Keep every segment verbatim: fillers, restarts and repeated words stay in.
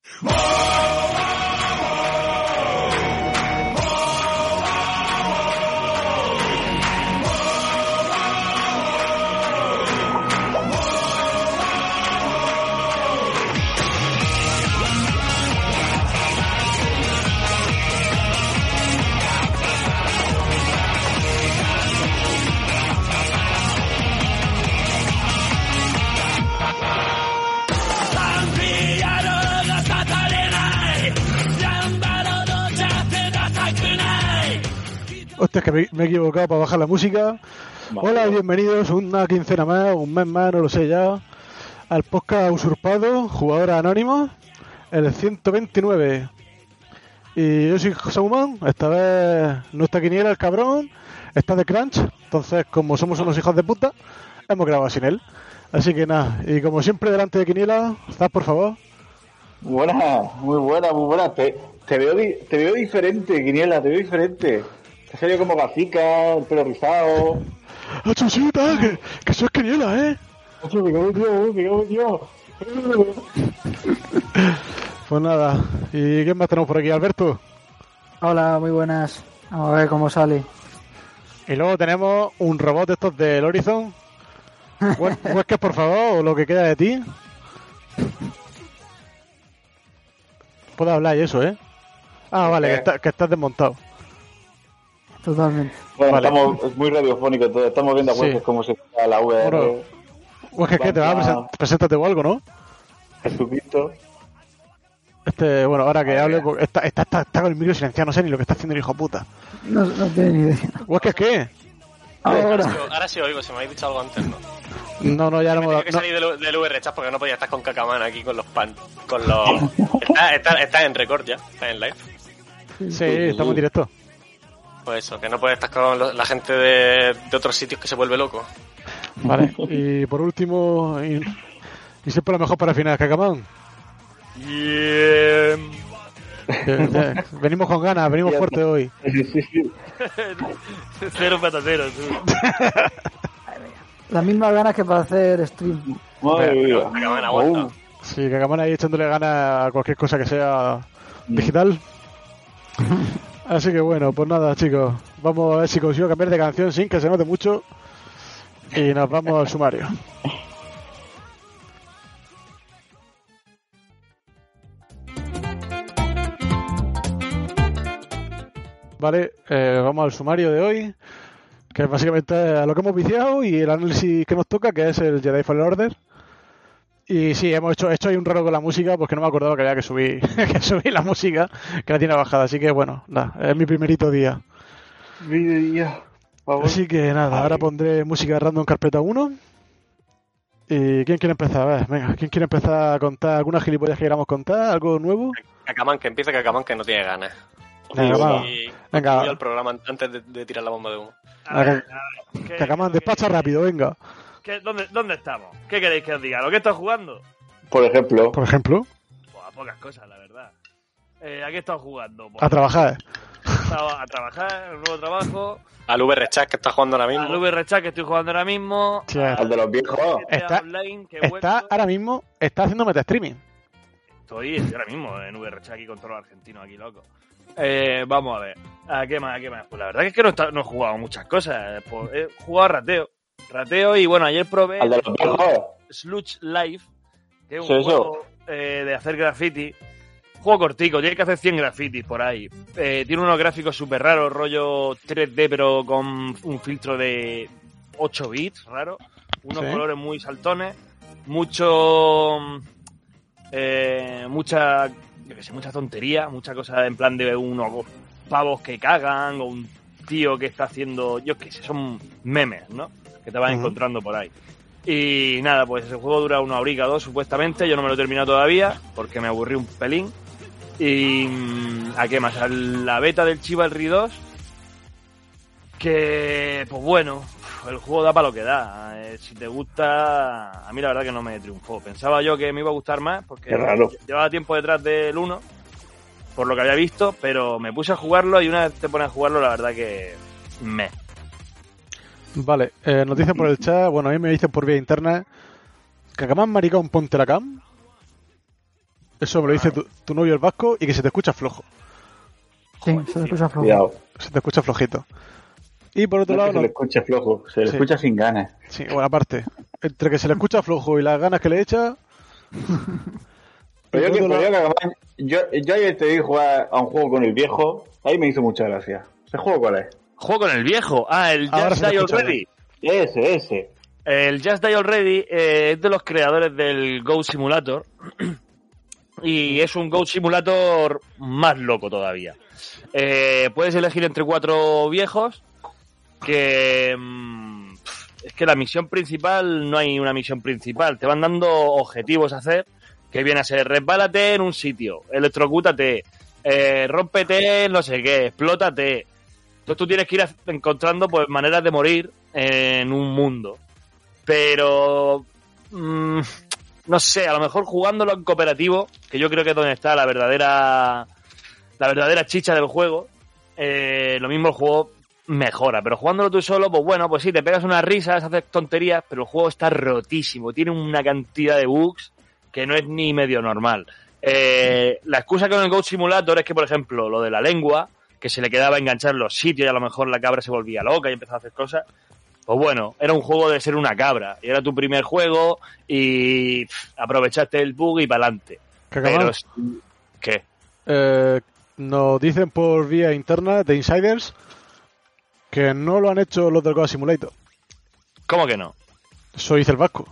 Hostia, es que me, me he equivocado para bajar la música. Vale. Hola, bienvenidos una quincena más, un mes más, no lo sé ya, al podcast Usurpado, Jugadores Anónimos, el ciento veintinueve. Y yo soy José Humán, esta vez no está Quiniela el cabrón, está de Crunch, entonces como somos unos hijos de puta, hemos grabado sin él. Así que nada, y como siempre delante de Quiniela, Zaz, por favor. Buena, muy buena, muy buena. Te, te, veo, di, te veo diferente, Quiniela, te veo diferente. Te salió como gafica, el pelo rizado. ¡Ah, chusita! Que, que soy Quiniela, ¿eh? ¡Ocho, me cago en Dios, me cago en Dios! Pues nada, ¿y quién más tenemos por aquí? ¿Alberto? Hola, muy buenas. Vamos a ver cómo sale. Y luego tenemos un robot de estos del Horizon. Huesques, por favor, o lo que queda de ti. Puedo hablar y eso, ¿eh? Ah, vale, que, está, que estás desmontado. Totalmente. Bueno, vale. Estamos, es muy radiofónico todo. Estamos viendo a Huesques sí. Cómo se queda la V R. Bueno, Huesques, ¿qué te va a presentar? Preséntate o algo, ¿no? Jesucristo. Este, bueno, ahora que hable, está, está, está, está con el micro silenciado, no sé ni lo que está haciendo el hijo puta. No, no tengo ni idea. ¿Huesques qué? Ahora. Ahora, sí, ahora sí oigo, se me habéis dicho algo antes, ¿no? No, no, ya no me tengo que no. salir del, del V R chat porque no podía estar con Cacaman aquí con los pan. Con los. está, está, está en record ya, está en live. Sí, sí, estamos en directo. Pues eso, que no puede estar con lo, la gente de, de otros sitios que se vuelve loco. Vale, y por último, y, y siempre lo mejor para el final, Cacaman. Yeah. Ya, ya, venimos con ganas, venimos yeah, fuerte hoy. Sí, sí, sí. Cero patateros. Las mismas ganas que para hacer stream. Madre mía. Cacaman aguanta. Oh. Sí, Cacaman ahí echándole ganas a cualquier cosa que sea digital. Así que bueno, pues nada, chicos, vamos a ver si consigo cambiar de canción sin que se note mucho y nos vamos al sumario. Vale, eh, vamos al sumario de hoy, que es básicamente a lo que hemos viciado y el análisis que nos toca, que es el Jedi Fallen Order. Y sí, hemos hecho, hecho ahí un raro con la música, porque no me acordaba que había que subir, que subir la música, que la tiene bajada, así que bueno, nada, es mi primerito día. Mi día. Así que nada, ahora pondré música random carpeta uno. ¿Y quién quiere empezar? A ver, venga, ¿quién quiere empezar a contar algunas gilipollas que queramos contar? ¿Algo nuevo? Cacaman, que empiece Cacaman, que no tiene ganas. Venga, va. Venga. Voy al programa antes de, de tirar la bomba de humo. A ver, Cacaman, despacha rápido, venga. ¿Qué, dónde, ¿Dónde estamos? ¿Qué queréis que os diga? ¿Lo que estás jugando? Por ejemplo. Por ejemplo. Buah, pocas cosas, la verdad. Eh, ¿A qué he estado jugando? Pues, a trabajar. He estado a trabajar, un nuevo trabajo. Al V R Chat que estás jugando ahora mismo. Al V R Chat que estoy jugando ahora mismo. Sí, al de los viejos. Está, online, que está ahora mismo, está haciendo meta streaming. Estoy, estoy ahora mismo en V R Chat aquí con todos los argentinos aquí, loco. Eh, vamos a ver. ¿A qué más? ¿A qué más? Pues la verdad es que no, está, no he jugado muchas cosas. Pues he jugado a rateo. Rateo y bueno, ayer probé al de los viejos. Slush Life, que es un sí, juego eh, de hacer graffiti. Juego cortico, tiene que hacer cien grafitis por ahí. Eh, tiene unos gráficos súper raros, rollo tres D, pero con un filtro de ocho bits, raro. Unos ¿sí? colores muy saltones. Mucho... Eh, mucha... Yo qué sé, mucha tontería. Mucha cosa en plan de unos pavos que cagan, o un tío que está haciendo... Yo qué sé, son memes, ¿no? Que te vas uh-huh. encontrando por ahí. Y nada, pues el juego dura una horica o dos, supuestamente. Yo no me lo he terminado todavía, porque me aburrí un pelín. Y ¿a qué más? A la beta del Chivalry dos, que pues bueno, el juego da para lo que da. Eh, si te gusta, a mí la verdad que no me triunfó. Pensaba yo que me iba a gustar más, porque llevaba tiempo detrás del uno, por lo que había visto, pero me puse a jugarlo y una vez te pones a jugarlo, la verdad que me. Vale, eh, nos dicen por el chat, bueno, a mí me dicen por vía interna, Cacaman maricón, ponte la cam. Eso me lo dice tu, tu novio el vasco y que se te escucha flojo. Sí, se te escucha flojo. Cuidado. Se te escucha flojito. Y por otro No es lado... que se le escucha flojo, se le Sí. escucha sin ganas. Sí, bueno, aparte, entre que se le escucha flojo y las ganas que le echa... Pero yo, y que, por otro pero yo, lado- que además, yo, yo ayer te vi jugar a un juego con el viejo, ahí me hizo mucha gracia. ¿Ese juego cuál es? Juego con el viejo. Ah, el Ahora Just se te Die escucha Already. Ese, ese. El Just Die Already eh, es de los creadores del Goat Simulator. Y es un Goat Simulator más loco todavía. Eh, puedes elegir entre cuatro viejos que... mm, es que la misión principal, no hay una misión principal. Te van dando objetivos a hacer, que viene a ser resbálate en un sitio, electrocútate, eh, rómpete no sé qué, explótate. Entonces tú tienes que ir a- encontrando pues maneras de morir en un mundo. Pero... mm, no sé, a lo mejor jugándolo en cooperativo, que yo creo que es donde está la verdadera la verdadera chicha del juego, eh, lo mismo el juego mejora, pero jugándolo tú solo, pues bueno, pues sí, te pegas unas risas, haces tonterías, pero el juego está rotísimo, tiene una cantidad de bugs que no es ni medio normal. Eh, la excusa con el Goat Simulator es que, por ejemplo, lo de la lengua, que se le quedaba enganchar en los sitios y a lo mejor la cabra se volvía loca y empezaba a hacer cosas, pues bueno, era un juego de ser una cabra, y era tu primer juego y pff, aprovechaste el bug y para adelante. Cacamán, Pero, ¿qué? eh, nos dicen por vía interna de Insiders que no lo han hecho los del Goat Simulator. ¿Cómo que no? Eso dice el vasco.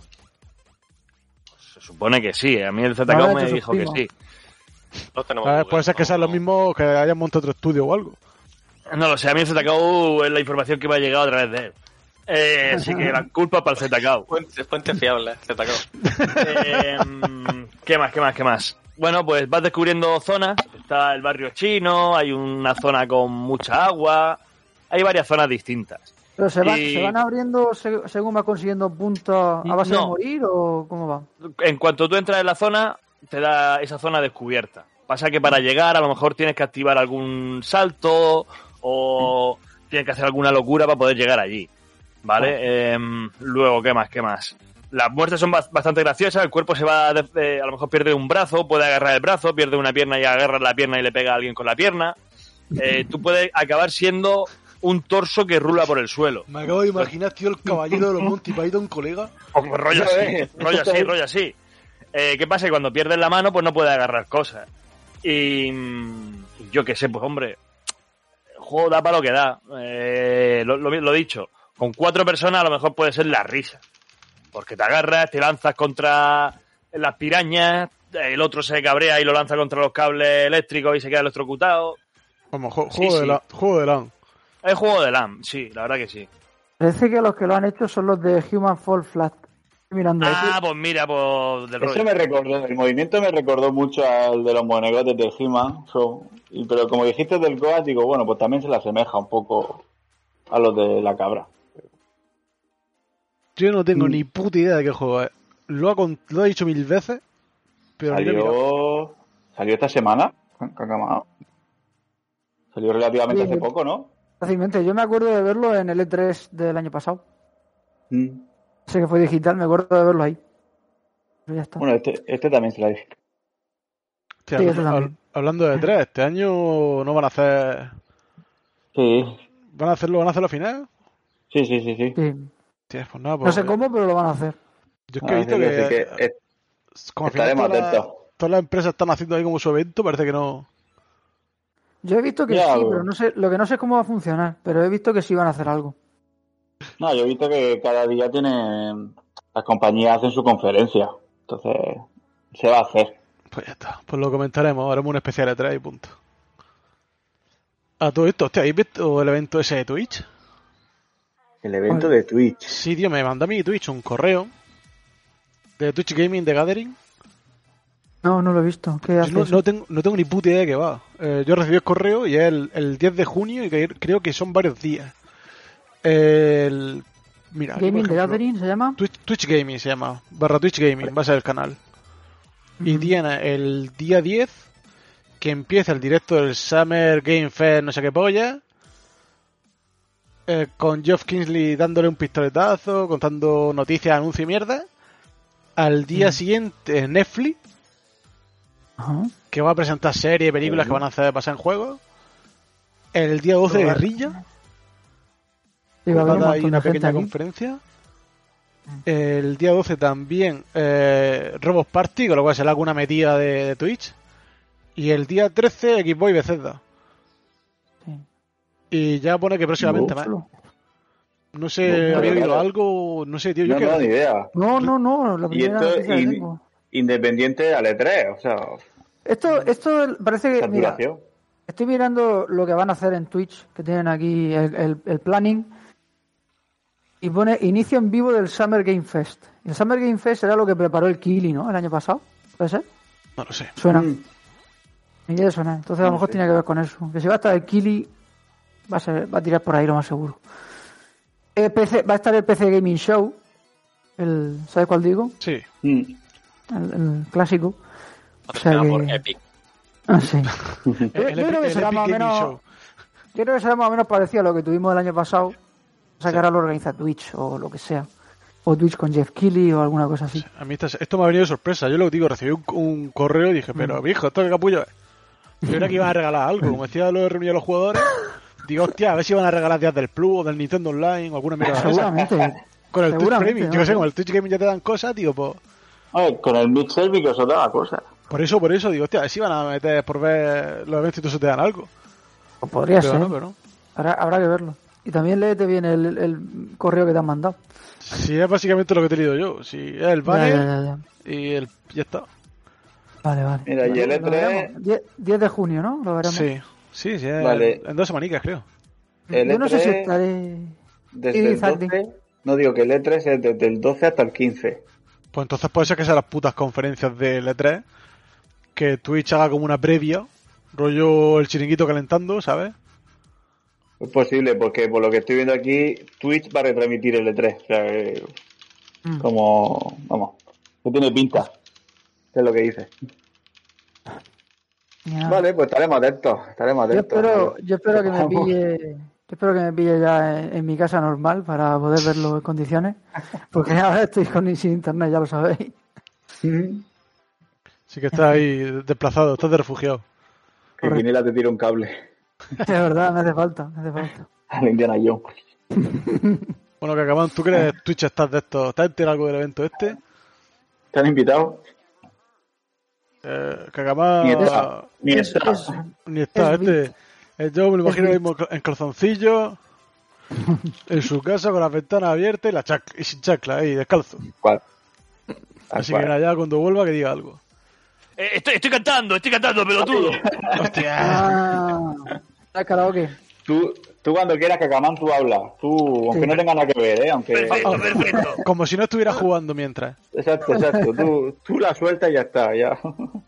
Se supone que sí, a mí el Z K Ahora me te dijo que suscribo. sí. No tenemos A ver, Google, puede ser que no. sean los mismos que hayan montado otro estudio o algo. No lo sé, a mí el Z K es la información que me ha llegado a través de él. Eh, así que la culpa para el Z K. Fuente, fuente fiable, Z K. Eh, ¿Qué más, qué más, qué más? Bueno, pues vas descubriendo zonas. Está el barrio chino, hay una zona con mucha agua, hay varias zonas distintas. ¿Pero se, van- Y- se van abriendo se- según va consiguiendo puntos a base No. de morir o cómo va? En cuanto tú entras en la zona, te da esa zona descubierta. Pasa que para llegar a lo mejor tienes que activar algún salto o tienes que hacer alguna locura para poder llegar allí. ¿Vale? Eh, luego, ¿qué más? ¿Qué más? Las muertes son bas- bastante graciosas. El cuerpo se va, de- de- a lo mejor pierde un brazo, puede agarrar el brazo, pierde una pierna y agarra la pierna y le pega a alguien con la pierna. Eh, tú puedes acabar siendo un torso que rula por el suelo. Me acabo de imaginar, tío, el caballero de los Monty Python, colega. O pues rollo Ya así, ves, rollo esto así, es- rollo así. Eh, ¿Qué pasa? Que cuando pierdes la mano, pues no puedes agarrar cosas. Y mm, yo qué sé, pues hombre, el juego da para lo que da. Eh, lo, lo, lo dicho, con cuatro personas a lo mejor puede ser la risa. Porque te agarras, te lanzas contra las pirañas, el otro se cabrea y lo lanza contra los cables eléctricos y se queda electrocutado. Vamos, jo- Sí, juego, de sí. la, juego de LAN. Es juego de LAN, sí, la verdad que sí. Parece que los que lo han hecho son los de Human Fall Flat. Estoy mirando Ah, aquí. pues mira, pues del Eso rollo. me recordó, el movimiento me recordó mucho al de los monegotes del He-Man, so, y- pero como dijiste del Goat, digo, bueno, pues también se le asemeja un poco a los de la cabra. Yo no tengo Mm. ni puta idea de qué juego es. Lo ha, con- lo ha dicho mil veces, pero ni lo he mirado. Salió, salió esta semana, Cacamao. Salió relativamente Sí. hace poco, ¿no? Fácilmente. Yo me acuerdo de verlo en el E tres del año pasado. Mm. Sé que fue digital, me acuerdo de verlo ahí. Pero ya está. Bueno, este, este también se la dije. Hostia, Sí, hab- eso también. hab- hablando de tres, este año no van a hacer. Sí, ¿Van a hacerlo, van a hacerlo al final? sí, sí, sí, sí. Sí. Tía, pues nada, No pues, sé cómo, pero lo van a hacer. Yo es que he Ah, visto sí, que, así que, eh, como al final estaremos todas las- atentos. todas las empresas están haciendo ahí como su evento, parece que no. Yo he visto que Ya, sí, bueno. pero no sé, lo que no sé es cómo va a funcionar, pero he visto que sí van a hacer algo. No, yo he visto que cada día tienen, las compañías hacen su conferencia, entonces se va a hacer. Pues ya está, pues lo comentaremos, haremos un especial de tres y punto. A todo esto, hostia, ¿habéis visto el evento ese de Twitch? El evento Oye. de Twitch. Sí, tío, me mandó a mi Twitch un correo de Twitch Gaming The Gathering. No, no lo he visto. ¿Qué Yo hace no, eso? no tengo, no tengo ni puta idea de qué va. Eh, yo recibí el correo y es el, el diez de junio y que- creo que son varios días. El, mira, aquí, por Gaming the ejemplo, Gathering se llama. Twitch, Twitch Gaming se llama, barra Twitch Gaming, va a ser el canal. Y Ujú. tiene el día diez, que empieza el directo del Summer Game Fest, no sé qué polla, eh, con Geoff Kingsley dándole un pistoletazo, contando noticias, anuncios y mierda. Al día Mm. siguiente, Netflix, Ajá. que va a presentar series y películas que van a hacer pasar en juegos. El día doce, Guerrilla. Sí, va a haber un Va a dar ahí montón una de gente pequeña aquí. conferencia. El día doce también eh, Robot Party, con lo cual será alguna metida de, de Twitch. Y el día trece Xbox y Bethesda. Sí. Y ya pone que próximamente No, más. Chulo. No sé, No, había oído claro. algo, no sé, tío, yo No, que... no, ni idea. No, no, no, la Y primera esto noticia que in- tengo. independiente al E tres, o sea, Esto, esto parece que, mira, saturación. estoy mirando lo que van a hacer en Twitch, que tienen aquí el, el, el planning, y pone inicio en vivo del Summer Game Fest. Y el Summer Game Fest era lo que preparó el Kili, ¿no? El año pasado, ¿puede ser? No lo sé. Suena. Mm. Me quiere sonar. Entonces a lo No mejor sé. tiene que ver con eso. Que si va a estar el Kili, va a, ser, va a tirar por ahí lo más seguro. El P C, va a estar el P C Gaming Show. El, ¿sabes cuál digo? Sí. Mm. El, el clásico. Patrocinado que- por Epic. Ah, sí. Yo, El, yo el creo Epic- que el será Epic más o Gaming menos. Show. Yo creo que será más o menos parecido a lo que tuvimos el año pasado. O sea, que ahora lo organiza Twitch o lo que sea. O Twitch con Jeff Keighley o alguna cosa así. A mí esto, esto me ha venido de sorpresa. Yo lo digo, recibí un, un correo y dije, pero viejo, ¿esto qué capullo es? Yo era que iban a regalar algo. Como decía lo de reunir a los jugadores, digo, hostia, a ver si van a regalar días del Plus o del Nintendo Online o alguna mierda de esa. Seguramente. Con el Twitch seguramente, Gaming, yo ¿no? que sé, con el Twitch Gaming ya te dan cosas, tío, pues... A ver, con el Mid Service os da la cosa. Por eso, por eso, digo, hostia, a ver si van a meter por ver los eventos y todo eso te dan algo. Pues podría Pero ser. no, pero no. Habrá, habrá que verlo. Y también léete bien el, el correo que te han mandado. Si es básicamente lo que te he leído yo. Si es el Ya, banner ya, ya, ya. y el... ya está. Vale, vale. Mira, y el Lo E tres- veremos. diez, diez de junio, ¿no? Lo veremos. Sí, sí, sí, es Vale. en dos semanicas, creo. El Yo no sé si E tres estaré... Desde Sí, el Zagdi. doce, no digo que el E tres es desde el doce hasta el quince. Pues entonces puede ser que sean las putas conferencias del E tres, que Twitch haga como una previa, rollo el chiringuito calentando, ¿sabes? Es posible, porque por lo que estoy viendo aquí, Twitch va a retransmitir el E tres. O sea, que Mm. como, vamos, que tiene pinta. Que es lo que dice. Ya. Vale, pues estaremos atentos. Estaremos Yo atentos. espero, yo espero que me Vamos. pille... Yo espero que me pille ya en, en mi casa normal para poder verlo en condiciones. Porque ahora estoy con, sin internet, ya lo sabéis. Mm. Así que estás ahí desplazado, estás de refugiado. Que Quinela te tira un cable De verdad, me hace falta, me hace falta. al Indiana Jones. Bueno, Cacamán, ¿tú crees que Twitch estás de esto? ¿Estás enterado algo del evento este? ¿Te han invitado? Eh, Cacamán... Ni está. Ni Es- está. es- Ni está, Es este... eh, Yo me lo imagino Es mismo en calzoncillos, en su casa con las ventanas abiertas y, la chac y sin chacla, ahí, descalzo. ¿Cuál? Tal Así cual. que nada, ya cuando vuelva que diga algo. Eh, estoy, estoy cantando, estoy cantando, pelotudo. ¡Hostia! Ah, ¿el karaoke? Tú, tú cuando quieras, Cacamán, tú hablas. Tú, aunque Sí. no tenga nada que ver, ¿eh? Aunque... Perfecto, perfecto. Como si no estuviera jugando mientras. Exacto, exacto. Tú, tú la sueltas y ya está, ya.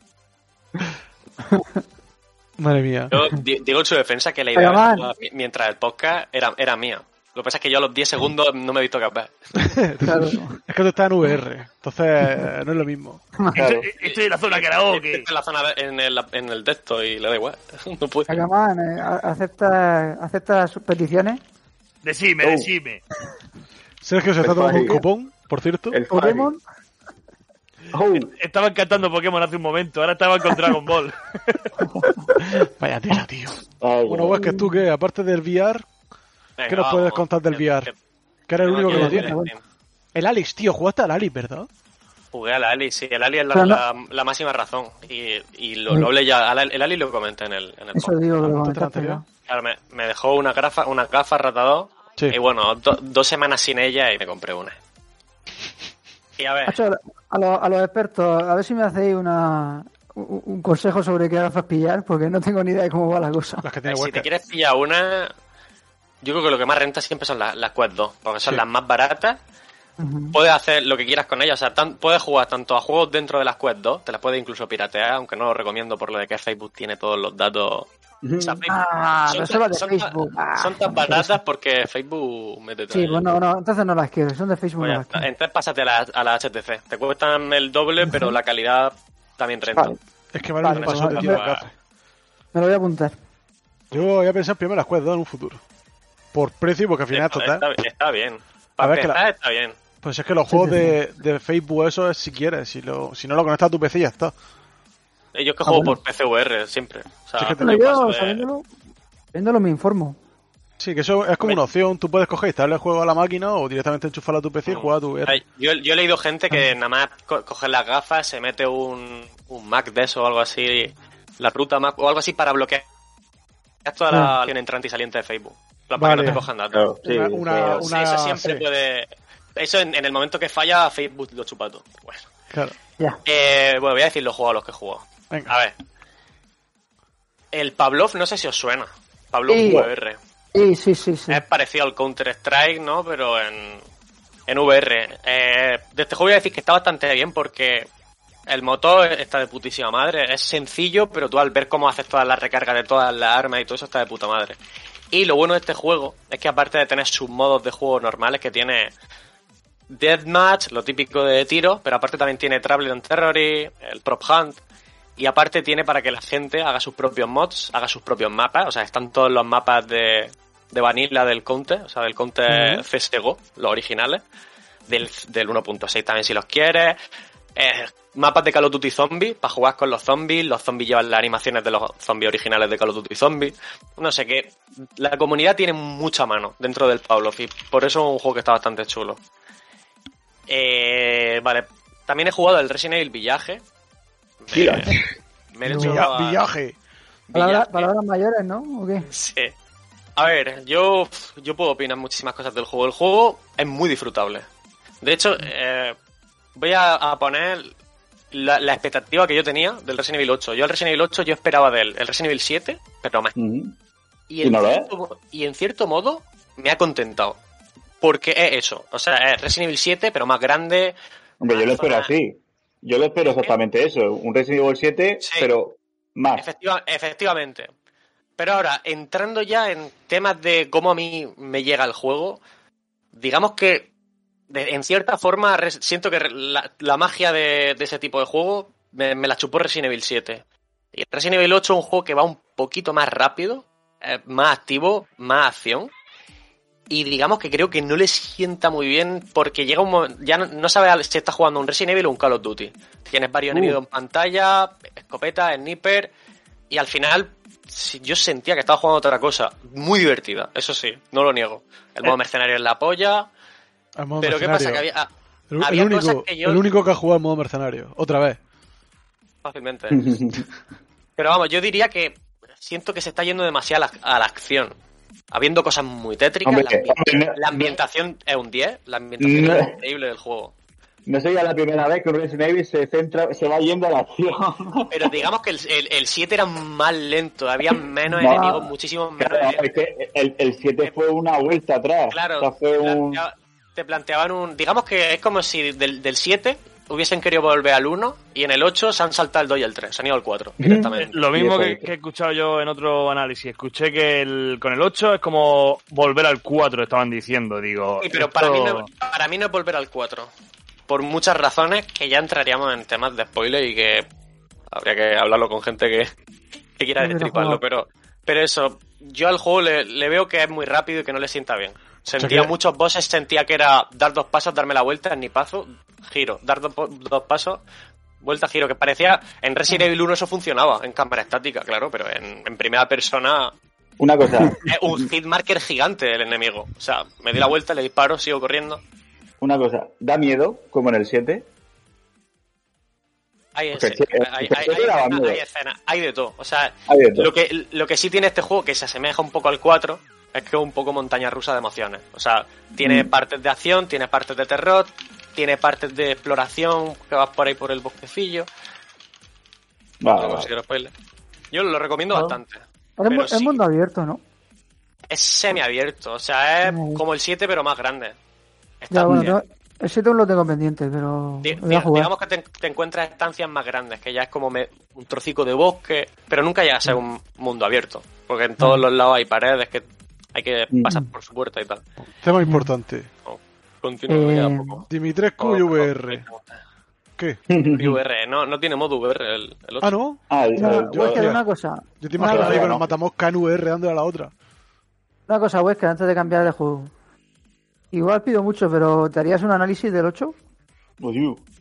Madre mía. Yo di- digo en su defensa que la idea Cacamán. de jugar mientras el podcast era, era mía. Lo que pasa es que yo a los diez segundos no me he visto capaz. Claro. Es que tú estás en V R, entonces no es lo mismo. Claro. Estoy, estoy en la zona karaoke. Estoy en la zona en el, en el texto y le da igual. No puede. Cacamán, eh, ¿acepta, ¿acepta sus peticiones? Decime, Oh. decime. Sergio se está El tomando un Fire. copón, por cierto. El ¿Pokémon? Oh, Estaban cantando Pokémon hace un momento, ahora estaban con Dragon Ball. Vaya tela, tío. ay, Bueno, pues que tú, ¿qué? Aparte del V R, Venga, ¿qué nos vamos. puedes contar del V R? Que eres el único que lo tiene. bueno. El Alex, tío, jugaste al Alex, ¿verdad? Jugué al Ali, sí, el Ali es la, Pero no- la, la máxima razón. Y, y lo, lo hablé ya, al- el Ali lo comenté en el, en el Eso podcast. digo que lo Antes de la comentaste anterior. ya. Claro, me, me dejó una gafa, una gafa ratador. Sí. Y bueno, do- dos semanas sin ella y me compré una. Y a ver, Macho, a, los, a los expertos, a ver si me hacéis una, un, un consejo sobre qué gafas pillar, porque no tengo ni idea de cómo va la cosa. Las que tiene si te hueca. quieres pillar una, yo creo que lo que más renta siempre son las, las Quest dos, porque son Sí. las más baratas. Ujú. Puedes hacer lo que quieras con ellas, o sea, tan- puedes jugar tanto a juegos dentro de las Quest dos, te las puedes incluso piratear, aunque no lo recomiendo por lo de que Facebook tiene todos los datos. O sea, Facebook- Ah, son, pero eso va de tan- son tan- Facebook. Ah, son tan no me interesa. baratas porque Facebook mete todo. Sí, ahí. pues no, no, entonces no las quiero, son de Facebook, Pues no ya las está. quiero. Entonces pásate a la, a la H T C. Te cuestan el doble, pero la calidad también renta. Vale, Es que vale un Vale, pasote, vale, tío, vale. lo que hace. me lo voy a apuntar. Yo voy a pensar primero las Quest dos en un futuro. Por precio y porque al final, está, total. está- está bien. A Para ver, que empezar, la- está bien. Pues es que los juegos de, de Facebook, eso es si quieres. Si, lo, si no lo conectas a tu P C, ya está. Yo es que Ah, juego bueno. por P C V R siempre. O sea, Sí, que te- Bueno, yo paso yo de- sabiéndolo, sabiéndolo me informo. Sí, que eso es como una opción. Tú puedes coger, instalarle el juego a la máquina o directamente enchufarlo a tu P C y jugar a tu V R. Ay, Yo, yo he leído gente que nada más co- coge las gafas, se mete un, un Mac de eso o algo así, la ruta Mac o algo así para bloquear toda la acción entrante y saliente de Facebook. Para Vale. que no te cojan datos. Claro, sí, Una- sí, una- claro. Sí, una- eso siempre sí. puede... Eso en, en el momento que falla, Facebook lo chupa todo. Bueno, Claro. Ya. eh, bueno, voy a decir los juegos a los que he jugado. Venga. A ver. El Pavlov, no sé si os suena. Pavlov Sí. V R. Sí, sí, sí, sí. Es parecido al Counter-Strike, ¿no? Pero en, en V R. Eh, de este juego voy a decir que está bastante bien porque el motor está de putísima madre. Es sencillo, pero tú al ver cómo haces todas las recargas de todas las armas y todo eso está de puta madre. Y lo bueno de este juego es que aparte de tener sus modos de juego normales que tiene Deathmatch, lo típico de tiro, pero aparte también tiene Traveling on Terrorist, el Prop Hunt, y aparte tiene para que la gente haga sus propios mods, haga sus propios mapas, o sea, están todos los mapas de, de Vanilla del Counter, o sea, del Counter C S G O, los originales, del, del uno punto seis también si los quieres, eh, mapas de Call of Duty Zombie, para jugar con los zombies, los zombies llevan las animaciones de los zombies originales de Call of Duty Zombie, no sé, que la comunidad tiene mucha mano dentro del Pavlov y por eso es un juego que está bastante chulo. Eh, vale, también he jugado el Resident Evil Village. Me, me he hecho Villa- a- villaje. Palabra- Village. palabras mayores, ¿no? ¿O qué? Sí. A ver, yo, yo puedo opinar muchísimas cosas del juego. El juego es muy disfrutable. De hecho, eh, voy a, a poner la, la expectativa que yo tenía del Resident Evil ocho. Yo el Resident Evil ocho yo esperaba del el Resident Evil siete, pero más. Ujú. Y ¿Y en, no lo es? cierto, mo- y en cierto modo me ha contentado. Porque es eso. O sea, es Resident Evil siete, pero más grande. Hombre, yo lo más espero zona- así. Yo lo espero exactamente eso. Un Resident Evil siete, Sí. pero más. Efectiva- efectivamente. Pero ahora, entrando ya en temas de cómo a mí me llega el juego, digamos que de- en cierta forma res- siento que re- la, la magia de, de ese tipo de juego me, me la chupó Resident Evil siete. Y Resident Evil ocho es un juego que va un poquito más rápido, eh, más activo, más acción. Y digamos que creo que no le sienta muy bien porque llega un momento, ya no, no sabes si estás jugando un Resident Evil o un Call of Duty. Tienes varios Uh. enemigos en pantalla, escopeta, sniper, y al final si- yo sentía que estaba jugando otra cosa. Muy divertida, eso sí, no lo niego. El modo mercenario es la polla, Al modo pero ¿qué pasa? Que mercenario. había ah, El, el había único, cosas que yo- el único que ha jugado al modo mercenario. Otra vez. fácilmente. Pero vamos, yo diría que siento que se está yendo demasiado a la, a la acción. Habiendo cosas muy tétricas, Hombre, la, ambi- hombre, no- la ambientación es un diez, la ambientación No. es increíble del juego. No sería la primera vez que un Resident Evil se centra, se va yendo a la acción. Pero digamos que el, el, el siete era más lento, había menos No. enemigos, muchísimos menos Claro, enemigos. es que el, el siete fue una vuelta atrás. Claro, O sea, fue te, un... plantea- te planteaban un... Digamos que es como si del, del siete hubiesen querido volver al uno y en el ocho se han saltado el dos y el tres, se han ido al cuatro directamente. Lo mismo Sí, que, eso, que he escuchado yo en otro análisis. Escuché que el, con el ocho es como volver al cuatro, estaban diciendo. Digo, Sí, pero esto- para mí, no, para mí no es volver al cuatro. Por muchas razones que ya entraríamos en temas de spoiler y que habría que hablarlo con gente que, que quiera No, no, destriparlo. no. Pero, pero eso, yo al juego le, le veo que es muy rápido y que no le sienta bien. Sentía O sea que- muchos bosses, sentía que era dar dos pasos, darme la vuelta, ni paso, giro, dar dos, po- dos pasos, vuelta, giro, que parecía, en Resident Evil uno eso funcionaba, en cámara estática, claro, pero en, en primera persona Una cosa, es un hitmarker gigante el enemigo. O sea, me di la vuelta, le disparo, sigo corriendo. una cosa. ¿Da miedo, como en el siete? Hay, Porque ese- sí, hay, el hay, siete hay daba escenas, miedo. hay escenas, hay de todo. O sea, Hay de todo. lo que, lo que sí tiene este juego, que se asemeja un poco al cuatro, es que es un poco montaña rusa de emociones. O sea, tiene Mm. partes de acción, tiene partes de terror, tiene partes de exploración, que vas por ahí por el bosquecillo. Vale, No vale. considero spoiler. Yo lo recomiendo No. bastante. Es, Pero mu- es sí, mundo abierto, ¿no? es semiabierto, o sea, es Mm. como el siete pero más grande. Está Ya, bueno, bien. tengo- el siete aún lo tengo pendiente, pero Di- lo voy a di- jugar. digamos que te, te encuentras estancias más grandes, que ya es como me- un trocico de bosque, pero nunca llega a ser un mundo abierto, porque en todos los lados hay paredes que hay que Mm. pasar por su puerta y tal. Tema importante. Continúo, ya Eh, poco. Dimitrescu y Oh, V oh, R. ¿Qué? y V R, no, no tiene modo V R el, el otro. Ah, ¿no? Ah, el- Una, el- yo- Wesker, yo- una cosa. Yo te Una imagino cosa, ahí con el no. matamosca en V R dándole a la otra. una cosa, Wesker, antes de cambiar de juego. Igual pido mucho, pero ¿te harías un análisis del ocho? Uy, uy.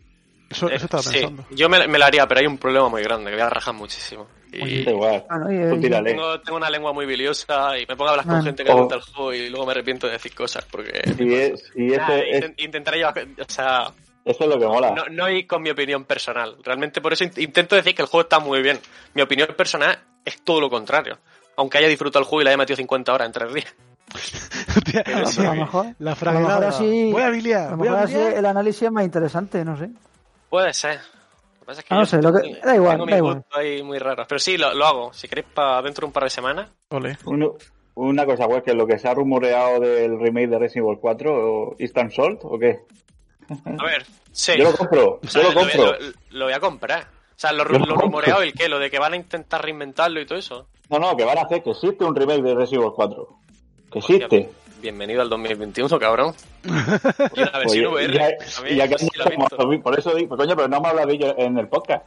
Eso, eso estaba sí, pensando. yo me, me la haría, pero hay un problema muy grande, que voy a rajar muchísimo. Y Da igual. Bueno, y- Tú tírale. tengo, tengo una lengua muy biliosa y me pongo a hablar con Bueno. gente que le Oh. gusta el juego y luego me arrepiento de decir cosas porque... Y, es, y eso, Nada, es, intent- intentaré llevar... O sea, eso es lo que mola. no, no ir con mi opinión personal. Realmente por eso int- intento decir que el juego está muy bien. Mi opinión personal es todo lo contrario. Aunque haya disfrutado el juego y le haya metido cincuenta horas en tres días. Hostia, Pero a sí. lo mejor, la a lo fraguedad. mejor así, Voy a a biliar, lo voy mejor a así biliar. el análisis es más interesante, no sé. Puede ser. Lo que pasa es que Ah, no yo sé, lo que- tengo- da igual, tengo da mis igual. gustos ahí muy raros. Pero sí, lo, lo hago. Si queréis para dentro de un par de semanas. Ole. Uno- una cosa, güey, que lo que se ha rumoreado del remake de Resident Evil cuatro, ¿o Eastern Salt o qué? A ver, sí. Yo lo compro, O sea, yo lo voy a- compro. lo- lo voy a comprar. O sea, lo, Yo lo lo compro. rumoreado, ¿el qué? Lo de que van a intentar reinventarlo y todo eso. No, no, que van a hacer que existe un remake de Resident Evil cuatro. Que existe. Bienvenido al dos mil veintiuno, cabrón. Y una versión Oye, V R. ya- A mí, y ya que sí lo he visto. por eso digo, coño, pero no me habla de ello en el podcast.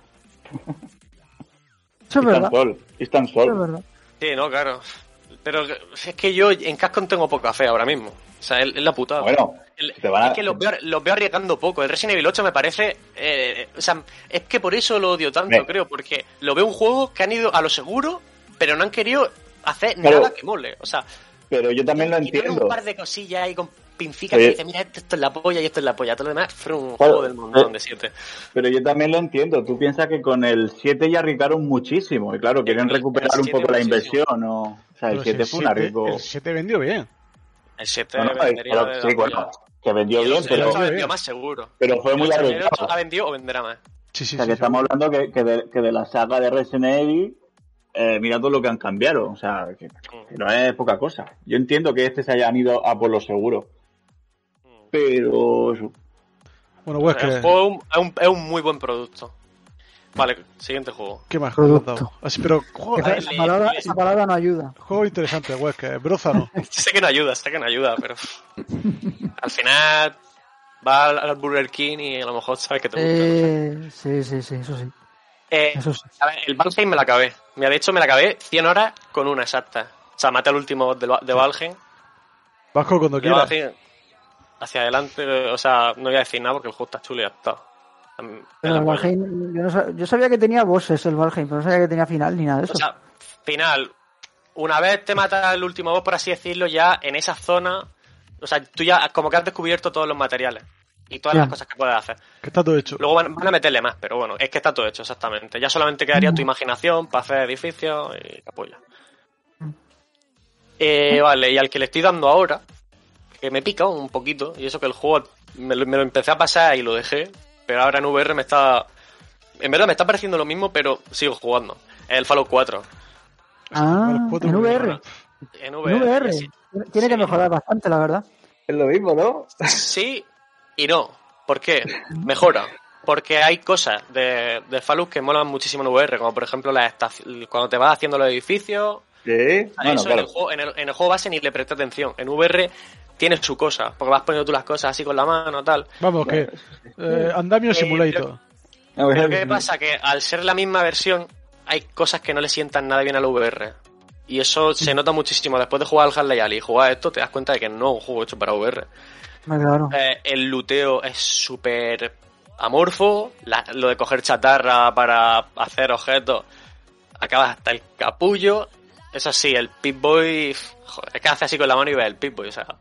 Eso es verdad. Eastern Salt, Eastern Eso es Salt. verdad. Sí, no, claro. Pero es que yo en Capcom tengo poca fe ahora mismo. O sea, es, es la putada. Bueno, El- te van a- Es que los veo, los veo arriesgando poco. El Resident Evil ocho me parece... eh, o sea, es que por eso lo odio tanto, Ve. creo. Porque lo veo un juego que han ido a lo seguro, pero no han querido hacer Pero- nada que mole. O sea, pero yo también lo quitaron entiendo. un par de cosillas ahí con pincitas Oye. que dicen, mira, esto, esto es la polla y esto es la polla. Todo lo demás fue un Claro, juego del montón eh, de siete. Pero yo también lo entiendo. Tú piensas que con el siete ya arriesgaron muchísimo. Y claro, quieren el- recuperar el un siete poco la muchísimo. inversión. ¿no? O sea, el Pero si siete fue un siete- arriesgo. El siete vendió bien. El siete Bueno, vendería pero- de la sí, polla. bueno, que vendió Y el bien, ocho- el pero, ocho ha bien. vendido más seguro. pero fue El muy ocho- el ocho arriesgado. ha vendido o venderá más. Sí, sí, O sea, sí, que sí. estamos hablando que, que, de, que de la saga de Resident Evil, eh, mira todo lo que han cambiado. O sea, que, que no es poca cosa. Yo entiendo que este se hayan ido a por lo seguro. Pero eso. Bueno, pues El que... juego es un- es un, es un muy buen producto. Vale, siguiente juego. ¿Qué más? Producto. ¿Qué has dado? Así, pero juego, Esa, esa palabra, esa palabra no ayuda. juego interesante, Wesker. Brózano. Sé que no ayuda, sé que no ayuda, pero al final va al, al Burger King y a lo mejor sabes que te gusta. Eh, sí, sí, sí, eso sí. Eh, Eso sí. a ver, el Valheim me la acabé. Mira, de hecho me la acabé cien horas con una exacta. O sea, maté al último de, de Valheim. Vasco, cuando Llevaba quieras. así hacia adelante, o sea, no voy a decir nada porque el juego está chulo y ya está. Es Pero la el polla. Valheim, yo, no sab- yo sabía que tenía bosses el Valheim, pero no sabía que tenía final ni nada de eso. O sea, final, una vez te mata el último boss, por así decirlo, ya en esa zona, o sea, tú ya como que has descubierto todos los materiales y todas Ya. las cosas que puedes hacer. Que está todo hecho. Luego van, van a meterle más, pero bueno, es que está todo hecho, exactamente. Ya solamente quedaría tu imaginación para hacer edificios y apoya. Eh, vale, y al que le estoy dando ahora, que me pica un poquito, y eso que el juego me lo, me lo empecé a pasar y lo dejé, pero ahora en V R me está... En verdad me está pareciendo lo mismo, pero sigo jugando. Es el Fallout cuatro. ah, Vale, cuatro en muy V R. buena. En En V R. V R. sí. Tiene Sí. que mejorar bastante, la verdad. Es lo mismo, ¿no? Sí y no. ¿Por qué? Mejora. Porque hay cosas de, de Fallout que molan muchísimo en V R, como por ejemplo las estaci- cuando te vas haciendo los edificios. Sí. A Bueno, eso en, claro. el juego, en, el, en el juego base ni le presté atención. En V R tienes su cosa, porque vas poniendo tú las cosas así con la mano, tal. Vamos, que... Eh, Andamio Eh, Simulator. Pero ¿qué pasa? Que al ser la misma versión, hay cosas que no le sientan nada bien al V R. Y eso se nota muchísimo. Después de jugar al Half-Life Alyx y jugar a esto, te das cuenta de que no es un juego hecho para V R. Hombre, Claro. Eh, el luteo es súper amorfo. La- lo de coger chatarra para hacer objetos, acabas hasta el capullo. Eso sí, el Pip-Boy, joder, es que hace así con la mano y ve el Pip-Boy, o sea.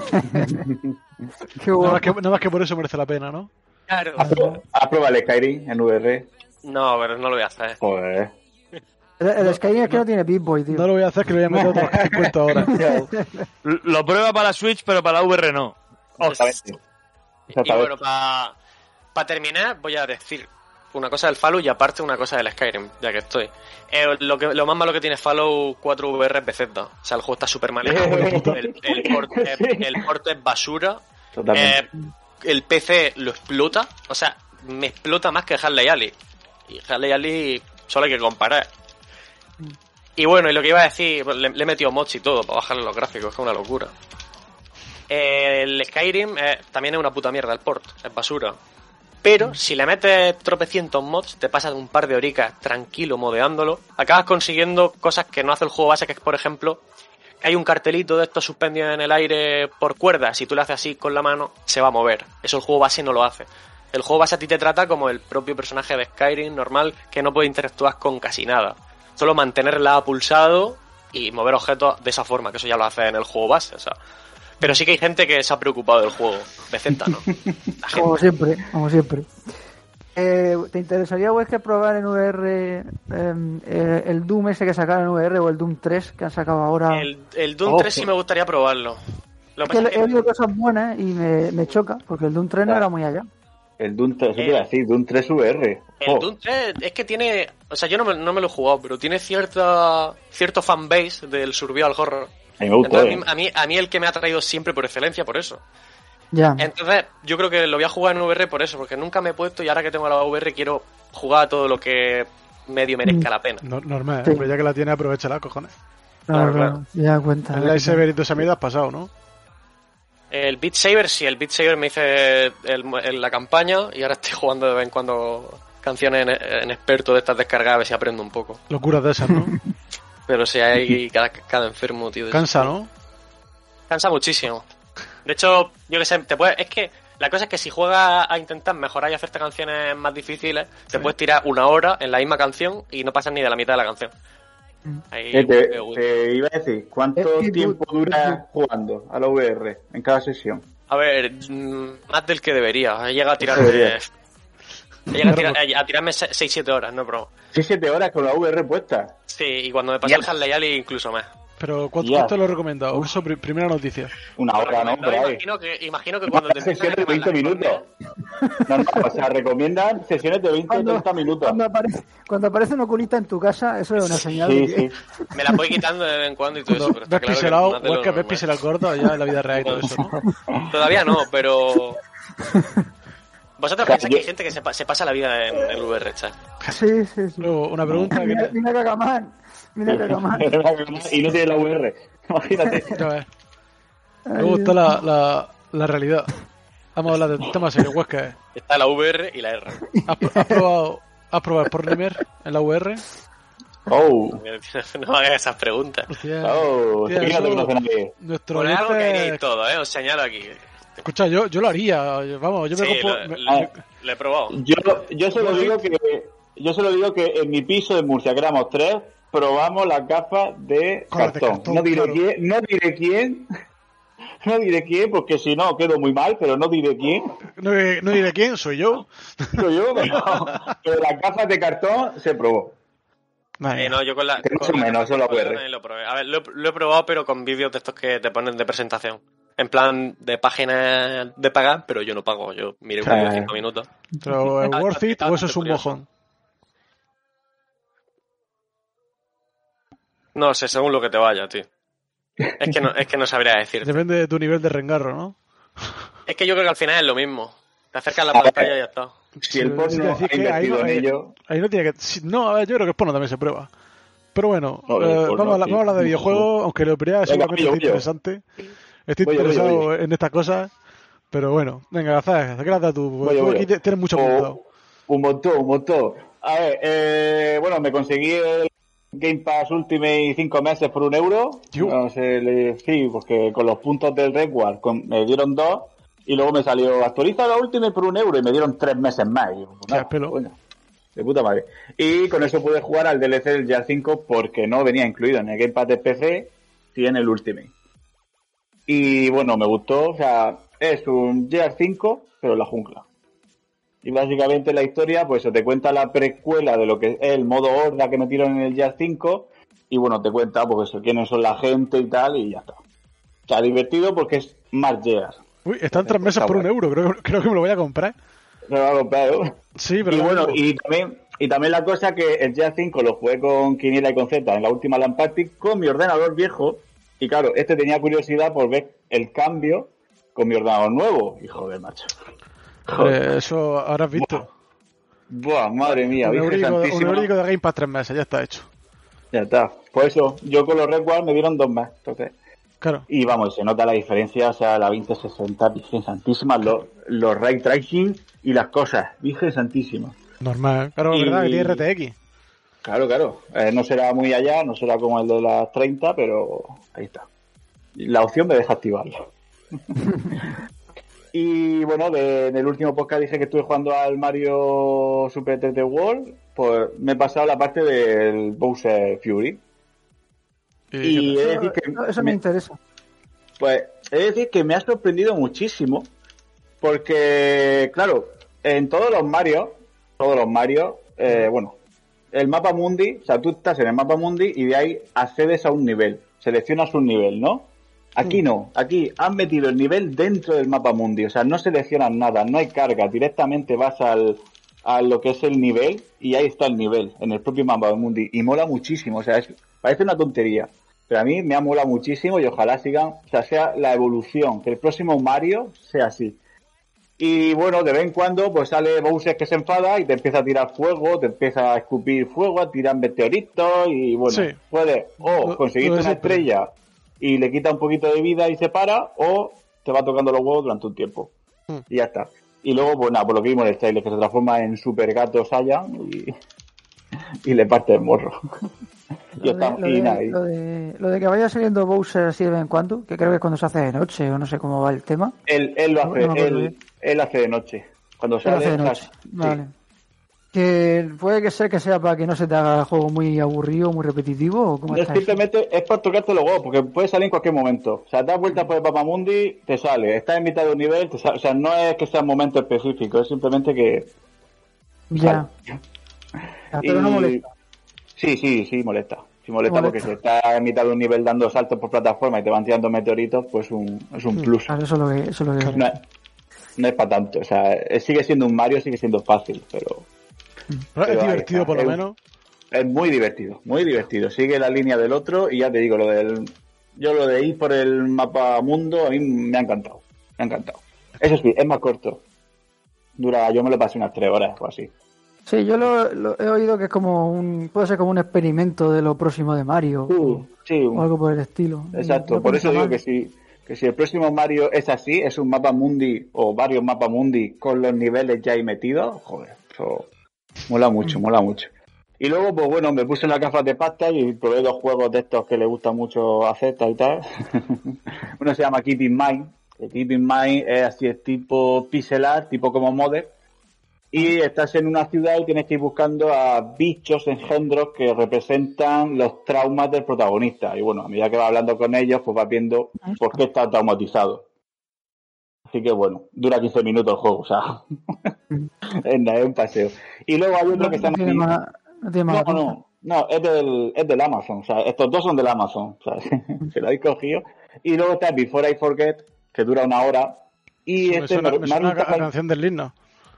Qué Nada bueno. más, que, nada más que por eso merece la pena, ¿no? Claro. ¿Has probado- has probado el Skyrim en V R? No, pero no lo voy a hacer. Joder. El, el Skyrim es que no tiene Pip-Boy, tío. No lo voy a hacer, que lo voy a meter otros cincuenta horas. L- Lo prueba para la Switch, pero para la V R no. Exactamente. Y Exactamente. bueno, para terminar, voy a decir una cosa del Fallout y aparte una cosa del Skyrim, ya que estoy. Eh, lo, que, lo más malo que tiene Fallout cuatro V R es Bethesda. O sea, el juego está súper mal hecho. El, el, port, el, el port es basura. Totalmente. Eh, el P C lo explota. O sea, me explota más que Half-Life Alyx. Y Half-Life Alyx solo hay que comparar. Y bueno, y lo que iba a decir, le, le he metido mods y todo para bajarle los gráficos, que es una locura. Eh, el Skyrim eh, también es una puta mierda el port, es basura. Pero si le metes tropecientos mods, te pasas un par de horicas tranquilo modeándolo, acabas consiguiendo cosas que no hace el juego base, que es por ejemplo que hay un cartelito de estos suspendidos en el aire por cuerdas, si tú le haces así con la mano, se va a mover. Eso el juego base no lo hace. El juego base a ti te trata como el propio personaje de Skyrim normal, que no puede interactuar con casi nada. Solo mantenerla pulsado y mover objetos de esa forma, que eso ya lo hace en el juego base, o sea. Pero sí que hay gente que se ha preocupado del juego. Becenta, ¿no? Como siempre, como siempre. Eh, ¿Te interesaría, Wesker, probar en V R eh, eh, el Doom ese que sacaron en V R o el Doom tres que han sacado ahora? El, el Doom oh, tres sí me gustaría probarlo. Lo es que he oído que... cosas buenas y me, me choca, porque el Doom tres no era muy allá. El Doom tres, eso te iba a decir, Doom tres V R. El oh. Doom tres es que tiene... O sea, yo no me, no me lo he jugado, pero tiene cierta cierto fanbase del survival horror. A mí me gustó, Entonces, eh. a, mí, a mí el que me ha traído siempre por excelencia, por eso. Ya. Entonces, yo creo que lo voy a jugar en V R por eso, porque nunca me he puesto y ahora que tengo la V R quiero jugar a todo lo que medio merezca la pena. No, normal, sí. Pues ya que la tiene, aprovechala, cojones. Claro, claro. Ya cuenta. El lightsaber y tus amigas has pasado, ¿no? El Beat Saber, sí, el Beat Saber me hice el, el, la campaña y ahora estoy jugando de vez en cuando canciones en, en experto de estas descargadas a ver si aprendo un poco. Locuras de esas, ¿no? Pero si hay cada, cada enfermo, tío. Cansa, ¿no? Cansa muchísimo. De hecho, yo que sé, te puedes, es que la cosa es que si juegas a intentar mejorar y hacerte canciones más difíciles, sí. te puedes tirar una hora en la misma canción y no pasas ni de la mitad de la canción. Ahí, te, te, te iba a decir, ¿cuánto es tiempo good, dura jugando a la V R en cada sesión? A ver, más del que debería. He llegado a tirarme... He llegado a, tirar, a tirarme seis siete horas, no, bro. ¿seis siete horas con la V R puesta? Sí, y cuando me pasé yeah. el Harley Alley incluso más. Pero ¿cuánto, yeah. ¿cuánto lo he recomendado? Eso, primera noticia. Una hora, ¿no? Por ahí. Imagino que, imagino que cuando te sesiones de veinte minutos. No, no, o sea, recomiendan sesiones de veinte a treinta minutos. Cuando aparece, cuando aparece un oculista en tu casa, eso es una señal. Sí, de que... sí. Me la voy quitando de vez en cuando y todo eso. Pero ves claro piselado, que o es que ves piselado gordo ya en la vida real y todo eso, ¿no? Todavía no, pero... ¿Vosotros pensáis que hay gente que se, pa se pasa la vida en el V R, chat? Sí, sí, sí. Luego, una pregunta que... Mira, mira Cagamán. Mira Cagamán. Y no tiene la V R. Imagínate. Ya ves. Luego está la, la, la realidad. Vamos a hablar del tema serio, Wesker. Está la V R y la R. ¿Has, has probado, has probado el Pornimer en la V R? Oh. No me hagas esas preguntas. Hostia, oh, hostia, eso, que no nuestro Por algo que haréis todo, ¿eh? Os señalo aquí. Escucha, yo, yo lo haría. Vamos, yo sí, me compro... Lo, me, lo, me... lo he probado. Yo, yo solo digo que yo solo digo que en mi piso de Murcia, que éramos tres, probamos las gafas de cartón. de cartón. No diré claro. quién, no diré quién, no diré quién, porque si no quedo muy mal, pero no diré quién. No, no diré quién, soy yo. Soy yo, pero, pero las gafas de cartón se probó. Vale. Eh, no, yo con la... Que con menos, la, eso lo, lo probé. A ver, lo, lo he probado, pero con vídeos de estos que te ponen de presentación. En plan de páginas de pagar, pero yo no pago. Yo miré un vídeo de cinco minutos. ¿Pero es worth it o eso es un mojón? No sé, según lo que te vaya, tío. Es que no, es que no sabría decirte. Depende de tu nivel de rengarro, ¿no? Es que yo creo que al final es lo mismo. Te acercas a la pantalla y ya está. Si el porno ha invertido en ello... Ahí no tiene que... No, a ver, yo creo que el porno también se prueba. Pero bueno, no, eh, porno, vamos, a la, sí. vamos a hablar de videojuegos, aunque lo primero seguramente es interesante. Estoy voy, interesado voy, voy. en estas cosas, pero bueno, venga, Gazás, ¿qué das tú? Voy, tú aquí voy. Tienes mucho apuntado. Un montón, un montón. A ver, eh, bueno, me conseguí el Game Pass Ultimate cinco meses por un euro. No sé, le, sí, porque con los puntos del Redward me dieron dos y luego me salió actualiza la Ultimate por un euro y me dieron tres meses más. Y yo, no, pelo. Bueno, de puta madre. Y con eso pude jugar al D L C del Gears cinco porque no venía incluido en el Game Pass de P C, tiene el Ultimate. Y bueno, me gustó, o sea, es un Gears cinco, pero en la jungla. Y básicamente la historia, pues te cuenta la precuela de lo que es el modo horda que metieron en el Gears cinco, y bueno, te cuenta pues quiénes son la gente y tal, y ya está. O sea, divertido porque es más Gears. Uy, están tres meses por un euro, creo, creo que me lo voy a comprar. Me lo voy a comprar, ¿eh? Sí, pero... Y bueno, y también, y también la cosa que el Gears cinco lo jugué con Quiniela y con Z en la última LAN Party con mi ordenador viejo. Y claro, este tenía curiosidad por ver el cambio con mi ordenador nuevo. Y joder, macho. Joder. Eh, eso habrás visto. Buah, madre mía. Un eurico de Game Pass tres meses, ya está hecho. Ya está. Por eso, yo con los Redward me dieron dos más. Entonces. Claro. Y vamos, se nota la diferencia, o sea, la veinte sesenta, Virgen Santísima, los, los ray tracing y las cosas. Virgen Santísima. Normal. Claro, y... verdad que tiene R T X. Claro, claro. Eh, no será muy allá, no será como el de las treinta, pero ahí está. La opción me deja activarlo. Y bueno, de, en el último podcast dije que estuve jugando al Mario Super tres D World, pues me he pasado la parte del Bowser Fury. Y, y he de decir que... Eso, eso me, me interesa. Pues he de decir que me ha sorprendido muchísimo, porque, claro, en todos los Mario, todos los Mario, eh, bueno, el mapa mundi, o sea, tú estás en el mapa mundi y de ahí accedes a un nivel, seleccionas un nivel, ¿no? Aquí no, aquí han metido el nivel dentro del mapa mundi, o sea, no seleccionas nada, no hay carga, directamente vas al a lo que es el nivel y ahí está el nivel, en el propio mapa mundi, y mola muchísimo, o sea, es, parece una tontería, pero a mí me ha molado muchísimo y ojalá sigan, o sea, sea la evolución, que el próximo Mario sea así. Y bueno, de vez en cuando pues sale Bowser que se enfada y te empieza a tirar fuego, te empieza a escupir fuego, a tirar meteoritos y bueno, sí. puedes o conseguirte una estrella y le quita un poquito de vida y se para, o te va tocando los huevos durante un tiempo. Hmm. Y ya está. Y luego, pues nada, por lo que vimos en el trailer, que se transforma en Super Gato Saiyan y, y le parte el morro. Lo de, lo, de, nada, y... lo, de, lo de que vaya saliendo Bowser así de vez en cuando, que creo que es cuando se hace de noche, o no sé cómo va el tema. Él, él lo hace, no, no él, él hace de noche. Cuando sale, hace de noche. Las... Vale. Sí. Que puede que sea que sea para que no se te haga el juego muy aburrido, muy repetitivo, ¿o cómo es simplemente eso? Es para tocarte los huevos, porque puede salir en cualquier momento. O sea, das vueltas por el Papamundi, te sale. Estás en mitad de un nivel, te sale. O sea, no es que sea un momento específico, es simplemente que... Ya. ya pero y... no molesta. Sí, sí, sí, molesta. Sí molesta, molesta porque si estás en mitad de un nivel dando saltos por plataforma y te van tirando meteoritos, pues un, es un plus. Claro, eso es lo que... Eso es lo que... No, es, no es para tanto. O sea, sigue siendo un Mario, sigue siendo fácil, pero... Pero es divertido por lo es, menos. Es muy divertido, muy divertido. Sigue la línea del otro y ya te digo, lo del yo lo de ir por el mapa mundo a mí me ha encantado. Me ha encantado. Eso sí, es más corto. Dura, yo me lo pasé unas tres horas o así. Sí, yo lo, lo he oído que es como un, puede ser como un experimento de lo próximo de Mario. Uh, o, sí, o algo por el estilo. Exacto, no por eso digo mal. que si, que si el próximo Mario es así, es un mapa mundi o varios mapas mundi con los niveles ya ahí metidos, joder, eso... Mola mucho, mola mucho. Y luego, pues bueno, me puse las gafas de pasta y probé dos juegos de estos que le gusta mucho a Z y tal. Uno se llama Keep in Mind. El Keep in Mind es así, es tipo pixel art, tipo como Modder. Y estás en una ciudad y tienes que ir buscando a bichos, engendros que representan los traumas del protagonista. Y bueno, a medida que vas hablando con ellos, pues vas viendo por qué está traumatizado. Así que bueno, dura quince minutos el juego, o sea, es, es un paseo. Y luego hay otro no, que se llama... No, mala, no, tiene mala no, no, no, es del, es del Amazon, o sea, estos dos son del Amazon, o sea, se lo habéis cogido. Y luego está Before I Forget, que dura una hora. Y me este suena, me, me suena la canción del himno.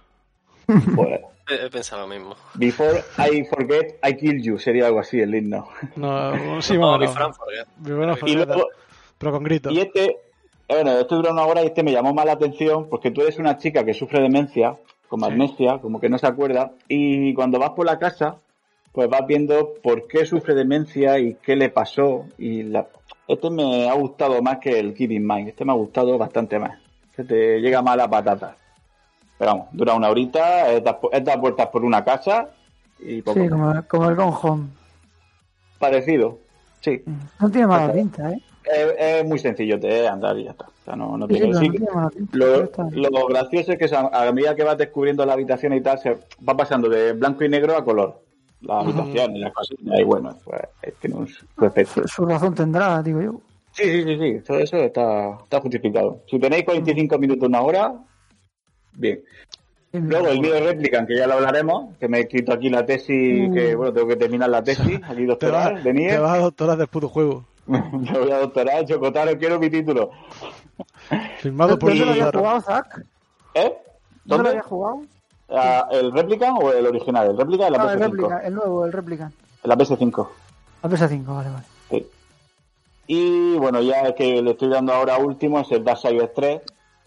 Pues, he pensado lo mismo. Before I Forget, I Kill You, sería algo así el himno. No, sí, bueno, no, Before I Forget. Before I Forget, y luego, pero con gritos. Y este... Bueno, esto dura una hora y este me llamó más la atención porque tú eres una chica que sufre demencia, como sí. amnesia, como que no se acuerda, y cuando vas por la casa, pues vas viendo por qué sufre demencia y qué le pasó. Y la... Este me ha gustado más que el Keep in Mind, este me ha gustado bastante más. Este te llega más a la patata. Pero vamos, dura una horita, es dar vueltas por una casa y poco. Sí, como, como el Gone Home. Parecido, sí. No tiene mala pinta, ¿eh? Es, es muy sencillo de andar y ya está. O sea, no, no tiene, sí, sí, no tiene lo, lo gracioso es que a medida que vas descubriendo la habitación y tal, se va pasando de blanco y negro a color. La habitación uh-huh. y las cosas. Y bueno, pues tiene un respeto. Su, su razón tendrá, digo yo. Sí, sí, sí, sí. Todo eso está, está justificado. Si tenéis cuarenta y cinco uh-huh. minutos, una hora, bien. Sí, luego el vídeo Replicant, que ya lo hablaremos, que me he escrito aquí la tesis, uh. que bueno, tengo que terminar la tesis, aquí doctoral, de Nier. Te vas a doctorar del puto juego. Me voy a doctorar, Chocotaro, quiero mi título. Firmado por ¿Dónde lo habías jugado, Zach? ¿Eh? ¿Dónde lo habías jugado? Uh, ¿El Replicant o el original? El Replicant, la no, P S cinco. El Replicant, el nuevo, el Replicant. La P S cinco. La P S cinco, vale, vale. Sí. Y bueno, ya es que le estoy dando ahora último, es el Darksiders tres,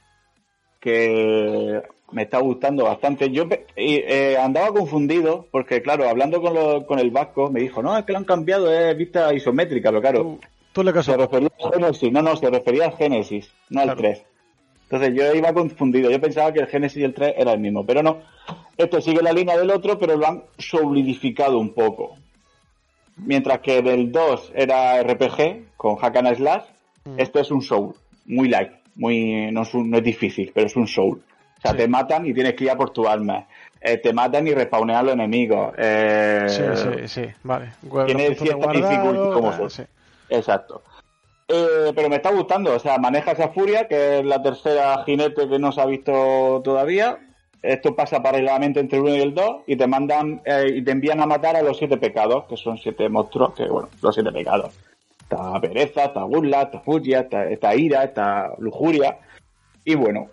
que me está gustando bastante. Yo eh, andaba confundido, porque claro, hablando con, lo, con el vasco, me dijo, no, es que lo han cambiado, es vista isométrica, pero claro, tú, tú le se refería al Genesis, no, no, se refería al Genesis, no al claro. tres. Entonces yo iba confundido, yo pensaba que el Genesis y el tres era el mismo, pero no. Este sigue la línea del otro, pero lo han solidificado un poco. Mientras que del dos era R P G, con Hack and Slash, mm. este es un Soul, muy light. muy no es, un, no es difícil, pero es un soul. O sea, Sí. te matan y tienes que ir a por tu alma. Eh, te matan y respawnean a los enemigos. Eh, Sí, sí, sí, vale. Guarda- tiene los puntos de cierta guardado, dificultad como tal, soul. sí. Exacto. Eh, pero me está gustando, o sea, manejas a Furia, que es la tercera jinete que no se ha visto todavía. Esto pasa paralelamente entre el uno y el dos y te mandan eh, y te envían a matar a los siete pecados, que son siete monstruos, que bueno, los siete pecados. Está pereza, está burla, está furia, está, está ira, está lujuria. Y bueno,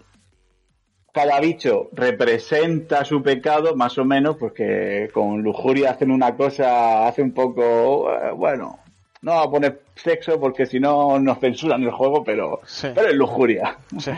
cada bicho representa su pecado, más o menos, porque con lujuria hacen una cosa, hace un poco, eh, bueno, no voy a poner sexo porque si no nos censuran el juego, pero, Sí. pero es lujuria. Sí.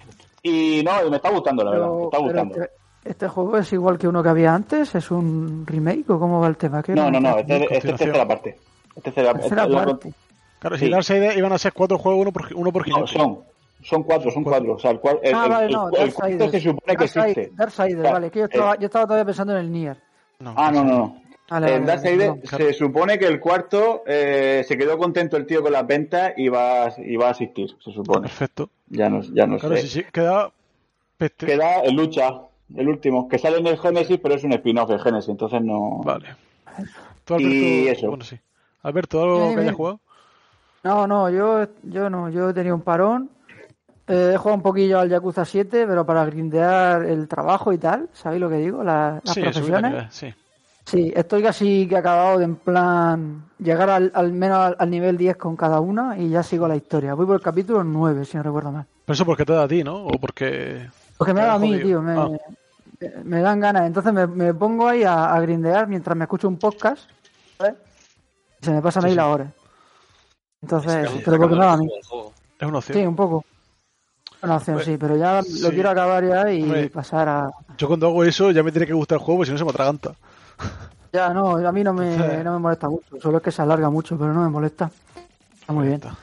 Y no, y me está gustando, la verdad, me Pero, está pero gustando. este, este juego es igual que uno que había antes, ¿es un remake o cómo va el tema? ¿Qué No, no, no, este, este es continuación. tercera parte. Este es tercera, Tercera este es la- parte. Claro, Sí. si Darkseid iban a ser cuatro juegos, uno por, uno por No, jinete. son, son cuatro, son cuatro. O sea, el, cual- el, Ah, el- vale, el- no, el cuarto Darksiders. se supone que Darkside- existe. Darksiders, Claro, vale, que yo estaba, yo estaba todavía pensando en el Nier. No, Ah, no, no, no. Vale, En vale, Darkseid perdón. se supone que el cuarto eh, se quedó contento el tío con las ventas y va, a- y va a asistir, se supone. Perfecto. Ya no, ya no Claro, sé. sí, sí, queda peste. Queda el Lucha, el último, que sale en el Genesis, pero es un spin-off del Genesis, entonces no... Vale. ¿Tú, Alberto? Y eso. Bueno, sí. Alberto, ¿algo Dime, que hayas dime. jugado? No, no, yo, yo no, yo he tenido un parón. Eh, he jugado un poquillo al Yakuza siete, pero para grindear el trabajo y tal, ¿sabéis lo que digo? La- las Sí, subir la profesiones. nivel, sí. Sí, estoy casi que acabado de en plan llegar al, al menos al, al nivel diez con cada una y ya sigo la historia. Voy por el capítulo nueve, si no recuerdo mal. Pero eso porque te da a ti, ¿no? O porque... Porque me Te da da a mí, jodido. tío, me, Ah. me- me dan ganas. Entonces me, me pongo ahí a, a grindear mientras me escucho un podcast, ¿sabes? Y se me pasan Sí, ahí sí. las horas. Entonces, Es que pero porque me da a mí. el juego. Es una opción. Sí, un poco. Una opción, Pues, sí, pero ya sí. lo quiero acabar ya y Hombre. pasar a... Yo cuando hago eso ya me tiene que gustar el juego, porque si no se me atraganta. Ya, no, a mí no me, Entonces- no me molesta mucho, solo es que se alarga mucho, pero no me molesta. Está muy bien. Está.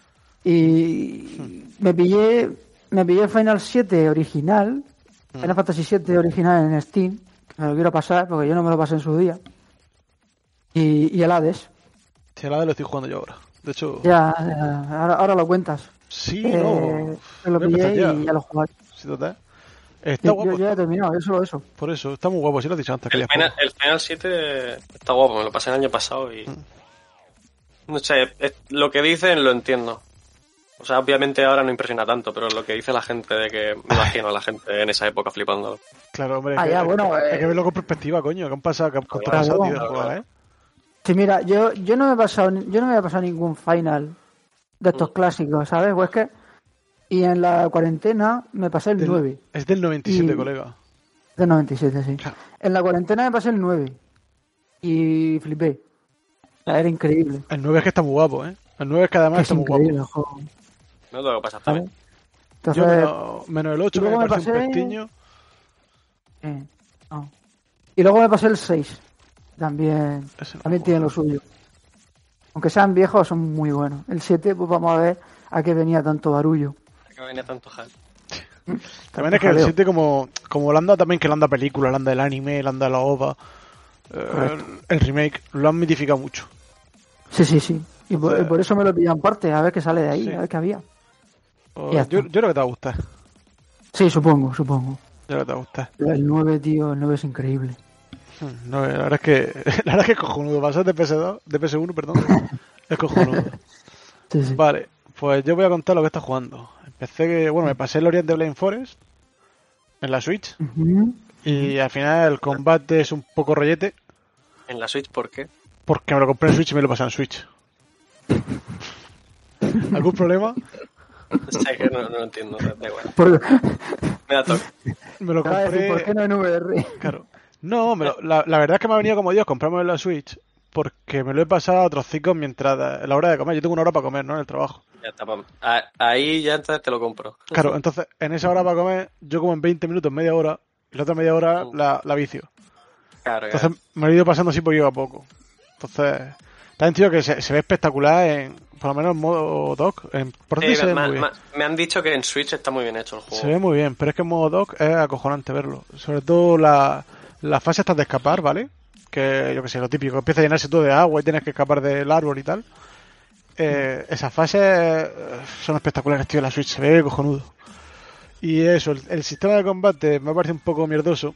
Y me pillé, me pillé el Final siete original, Mm. Final Fantasy siete original en Steam, que me lo quiero pasar porque yo no me lo pasé en su día. Y, y el Hades, Si la de lo estoy jugando yo ahora. De hecho, ya, ya, ahora, ahora lo cuentas. sí, Eh, no. me lo Voy a empezar pillé ya. y ya lo jugué. Sí, total. Está Yo, guapo. yo ya he terminado, yo solo eso. Por eso, está muy guapo. Si lo has dicho antes. que El ya Final, juego. el Final siete está guapo, me lo pasé el año pasado y... No sé, es- lo que dicen lo entiendo. O sea, obviamente ahora no impresiona tanto, pero lo que dice la gente de que me imagino a la gente en esa época flipándolo. Claro, hombre. Ah, que- ya, bueno, hay eh. que verlo con perspectiva, coño. ¿Qué han pasado? ¿Qué han Claro, pasado, tío, de claro, jugar, claro. eh? Sí, mira, yo, yo no me he pasado, ni- yo no me he pasado ningún final de estos Mm. clásicos, ¿sabes? Pues que y en la cuarentena me pasé el Del- nueve, Es del noventa y siete, Y- colega. del noventa y siete, sí. Claro. En la cuarentena me pasé el nueve y flipé. O sea, era increíble. El nueve es que está muy guapo, ¿eh? El nueve es que además Es está muy increíble el guapo. juego. No es lo que pasa ¿vale? también. Entonces, Yo menos, menos el ocho, y que me luego me parece un pasé- pestiño. eh, no. Y luego me pasé el seis. También, Ese no también me tiene lo acuerdo. suyo. Aunque sean viejos, son muy buenos. El siete, pues vamos a ver a qué venía tanto barullo. Que venía tanto hype. También es que el jaleo. siete como, como le anda también que le anda película, le anda el anime, le anda la ova, eh, Correcto. el remake, lo han mitificado mucho. Sí, sí, sí. Y por, Entonces- por eso me lo pillé en parte, a ver qué sale de ahí, Sí. a ver qué había. O- Ya yo, está. yo creo que te va a gustar. Sí, supongo, supongo. Yo creo que te va a gustar. El nueve, tío, el nueve es increíble. Hmm, No, la verdad es que la verdad es que es cojonudo. Pasar de P S dos, de P S uno, perdón, es cojonudo. Sí, sí. Vale, pues yo voy a contar lo que está jugando. Empecé que, bueno, me pasé el Orient de Blame Forest en la Switch Ujú. y al final el combate es un poco rollete En la Switch, ¿por qué? porque me lo compré en Switch y me lo pasé en Switch. ¿Algún problema? Sé que no, no lo entiendo, da igual. Por- Me da toque. Me lo te va a decir, ¿por qué compré. no en V R? Claro. No, me lo- la, la verdad es que me ha venido como Dios comprarme en la Switch porque me lo he pasado a trocicos mientras a la hora de comer. Yo tengo una hora para comer, ¿no? En el trabajo. Ya está, pam. A- Ahí ya entonces te lo compro. Claro, entonces en esa hora para comer yo como en veinte minutos, media hora y la otra media hora la, la vicio. Claro, claro. Entonces me lo he ido pasando así poquito a poco. Entonces, también tío que se, se ve espectacular en, por lo menos en modo dock. En, por Sí, se ve me, muy bien. me- me han dicho que en Switch está muy bien hecho el juego. Se ve muy bien, pero es que en modo dock es acojonante verlo. Sobre todo la, la fase hasta de escapar, ¿vale? Que yo que sé, lo típico, empieza a llenarse todo de agua y tienes que escapar del árbol y tal. eh, esas fases eh, son espectaculares, tío. La Switch se ve cojonudo. Y eso, el, el sistema de combate me parece un poco mierdoso.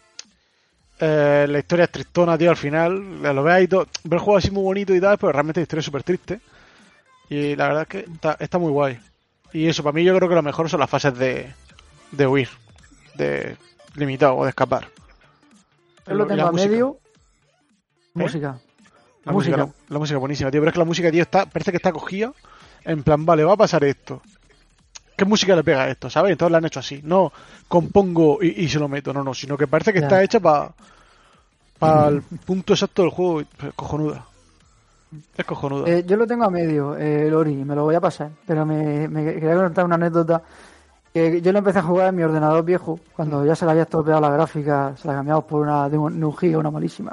Eh, la historia es tristona, tío, al final. Lo veas y todo. Ve el juego así muy bonito y tal, pero realmente la historia es súper triste. Y la verdad es que está, está muy guay. Y eso, para mí yo creo que lo mejor son las fases de, de huir, de limitado o de escapar. Yo lo tengo a medio. ¿Eh? Música. La música, la, la música buenísima, tío. Pero es que la música, tío, está, parece que está cogida en plan, vale, va a pasar esto. ¿Qué música le pega a esto? ¿Sabes? Entonces la han hecho así. No compongo y, y se lo meto, no, no. Sino que parece que ya está hecha para pa el punto exacto del juego. Es cojonuda. Es cojonuda. Eh, yo lo tengo a medio, eh, Lori, me lo voy a pasar. Pero me, me quería contar una anécdota. Que yo lo empecé a jugar en mi ordenador viejo. Cuando ya se le había estropeado la gráfica, se la cambiamos por una de un, de un giga, una malísima.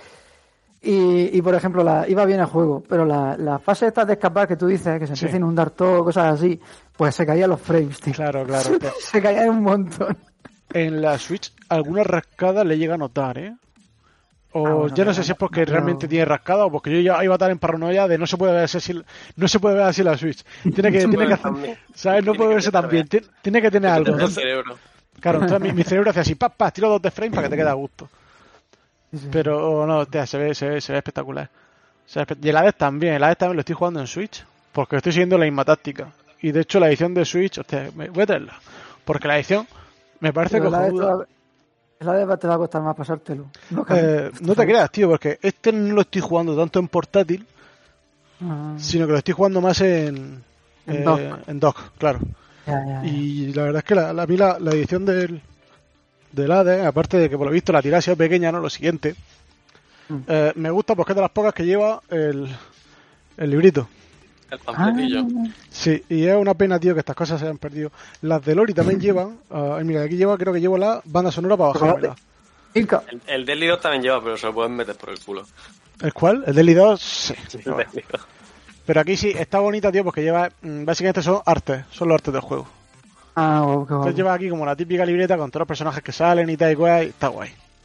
Y, y por ejemplo, la, iba bien el juego, pero la, la fase esta de escapar que tú dices, que se empieza sí. a inundar todo, cosas así, pues se caían los frames, tío. Claro, claro. Se caían un montón. En la Switch, alguna rascada le llega a notar, ¿eh? O ah, bueno, ya no sé si es porque no, realmente no. tiene rascada o porque yo ya iba a estar en paranoia de no se puede ver así, no se puede ver así la Switch. Tiene que, tiene que hacer, ¿sabes? No puede verse tan bien. Tiene, tiene que tener algo. El cerebro. Claro, entonces mi, mi cerebro hace así, pa, pa, tiro dos de frame para que te quede a gusto. Sí. Pero no, tía, se ve, se ve, se ve espectacular. Se ve espe- y el Hades también, el Hades también lo estoy jugando en Switch, porque estoy siguiendo la misma táctica. Y de hecho la edición de Switch, hostia, me voy a traerla. Porque la edición me parece cojonuda. El Hades te va a costar más pasártelo. No, eh, no te creas, tío, porque este no lo estoy jugando tanto en portátil, ah. sino que lo estoy jugando más en en, eh, dock. en dock, claro. Ya, ya, ya. Y la verdad es que la, la, a mí la, la edición del del Hades, aparte de que por lo visto la tirada ha sido pequeña, ¿no? Lo siguiente, mm. eh, me gusta porque es de las pocas que lleva el, el librito. El panfletillo. Ah. Sí, y es una pena, tío, que estas cosas se hayan perdido. Las de Lori también llevan, uh, mira, aquí lleva, creo que llevo la banda sonora para bajármela. El, el Deadly dos también lleva, pero se lo pueden meter por el culo. ¿El cuál? ¿El Deadly dos? Sí. Sí, el Deadly dos. Pero aquí sí, está bonita, tío, porque lleva, básicamente son artes, son los artes del juego. Ah, okay, okay. Entonces lleva aquí como la típica libreta con todos los personajes que salen y tal y cual, y está guay.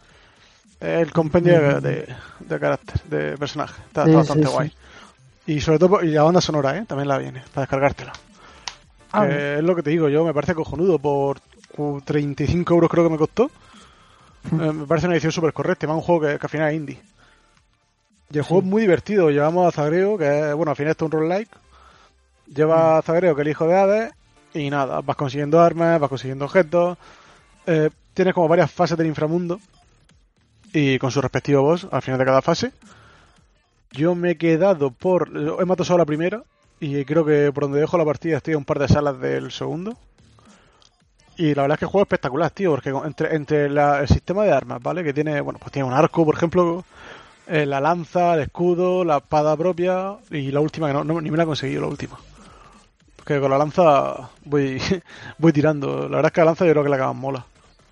El compendio de, de, de carácter, de personaje, está, sí, está bastante sí, guay. Sí. Y sobre todo, y la banda sonora, ¿eh? También la viene, para descargártela. Ah, que es lo que te digo yo, me parece cojonudo, por treinta y cinco euros creo que me costó. eh, me parece una edición súper correcta, más un juego que, que al final es indie. Y el juego sí. es muy divertido, llevamos a Zagreo, que es, bueno, al final esto es un roguelike. Lleva a Zagreo, que es el hijo de Hades, y nada, vas consiguiendo armas, vas consiguiendo objetos, eh, tienes como varias fases del inframundo, y con su respectivo boss al final de cada fase. Yo me he quedado por... He matado solo la primera, y creo que por donde dejo la partida estoy a un par de salas del segundo. Y la verdad es que el juego es espectacular, tío, porque entre, entre la, el sistema de armas, ¿vale? Que tiene, bueno, pues tiene un arco, por ejemplo, eh, la lanza, el escudo, la espada propia, y la última, que no, no ni me la he conseguido, la última. Porque con la lanza voy voy tirando. La verdad es que la lanza yo creo que la que más mola.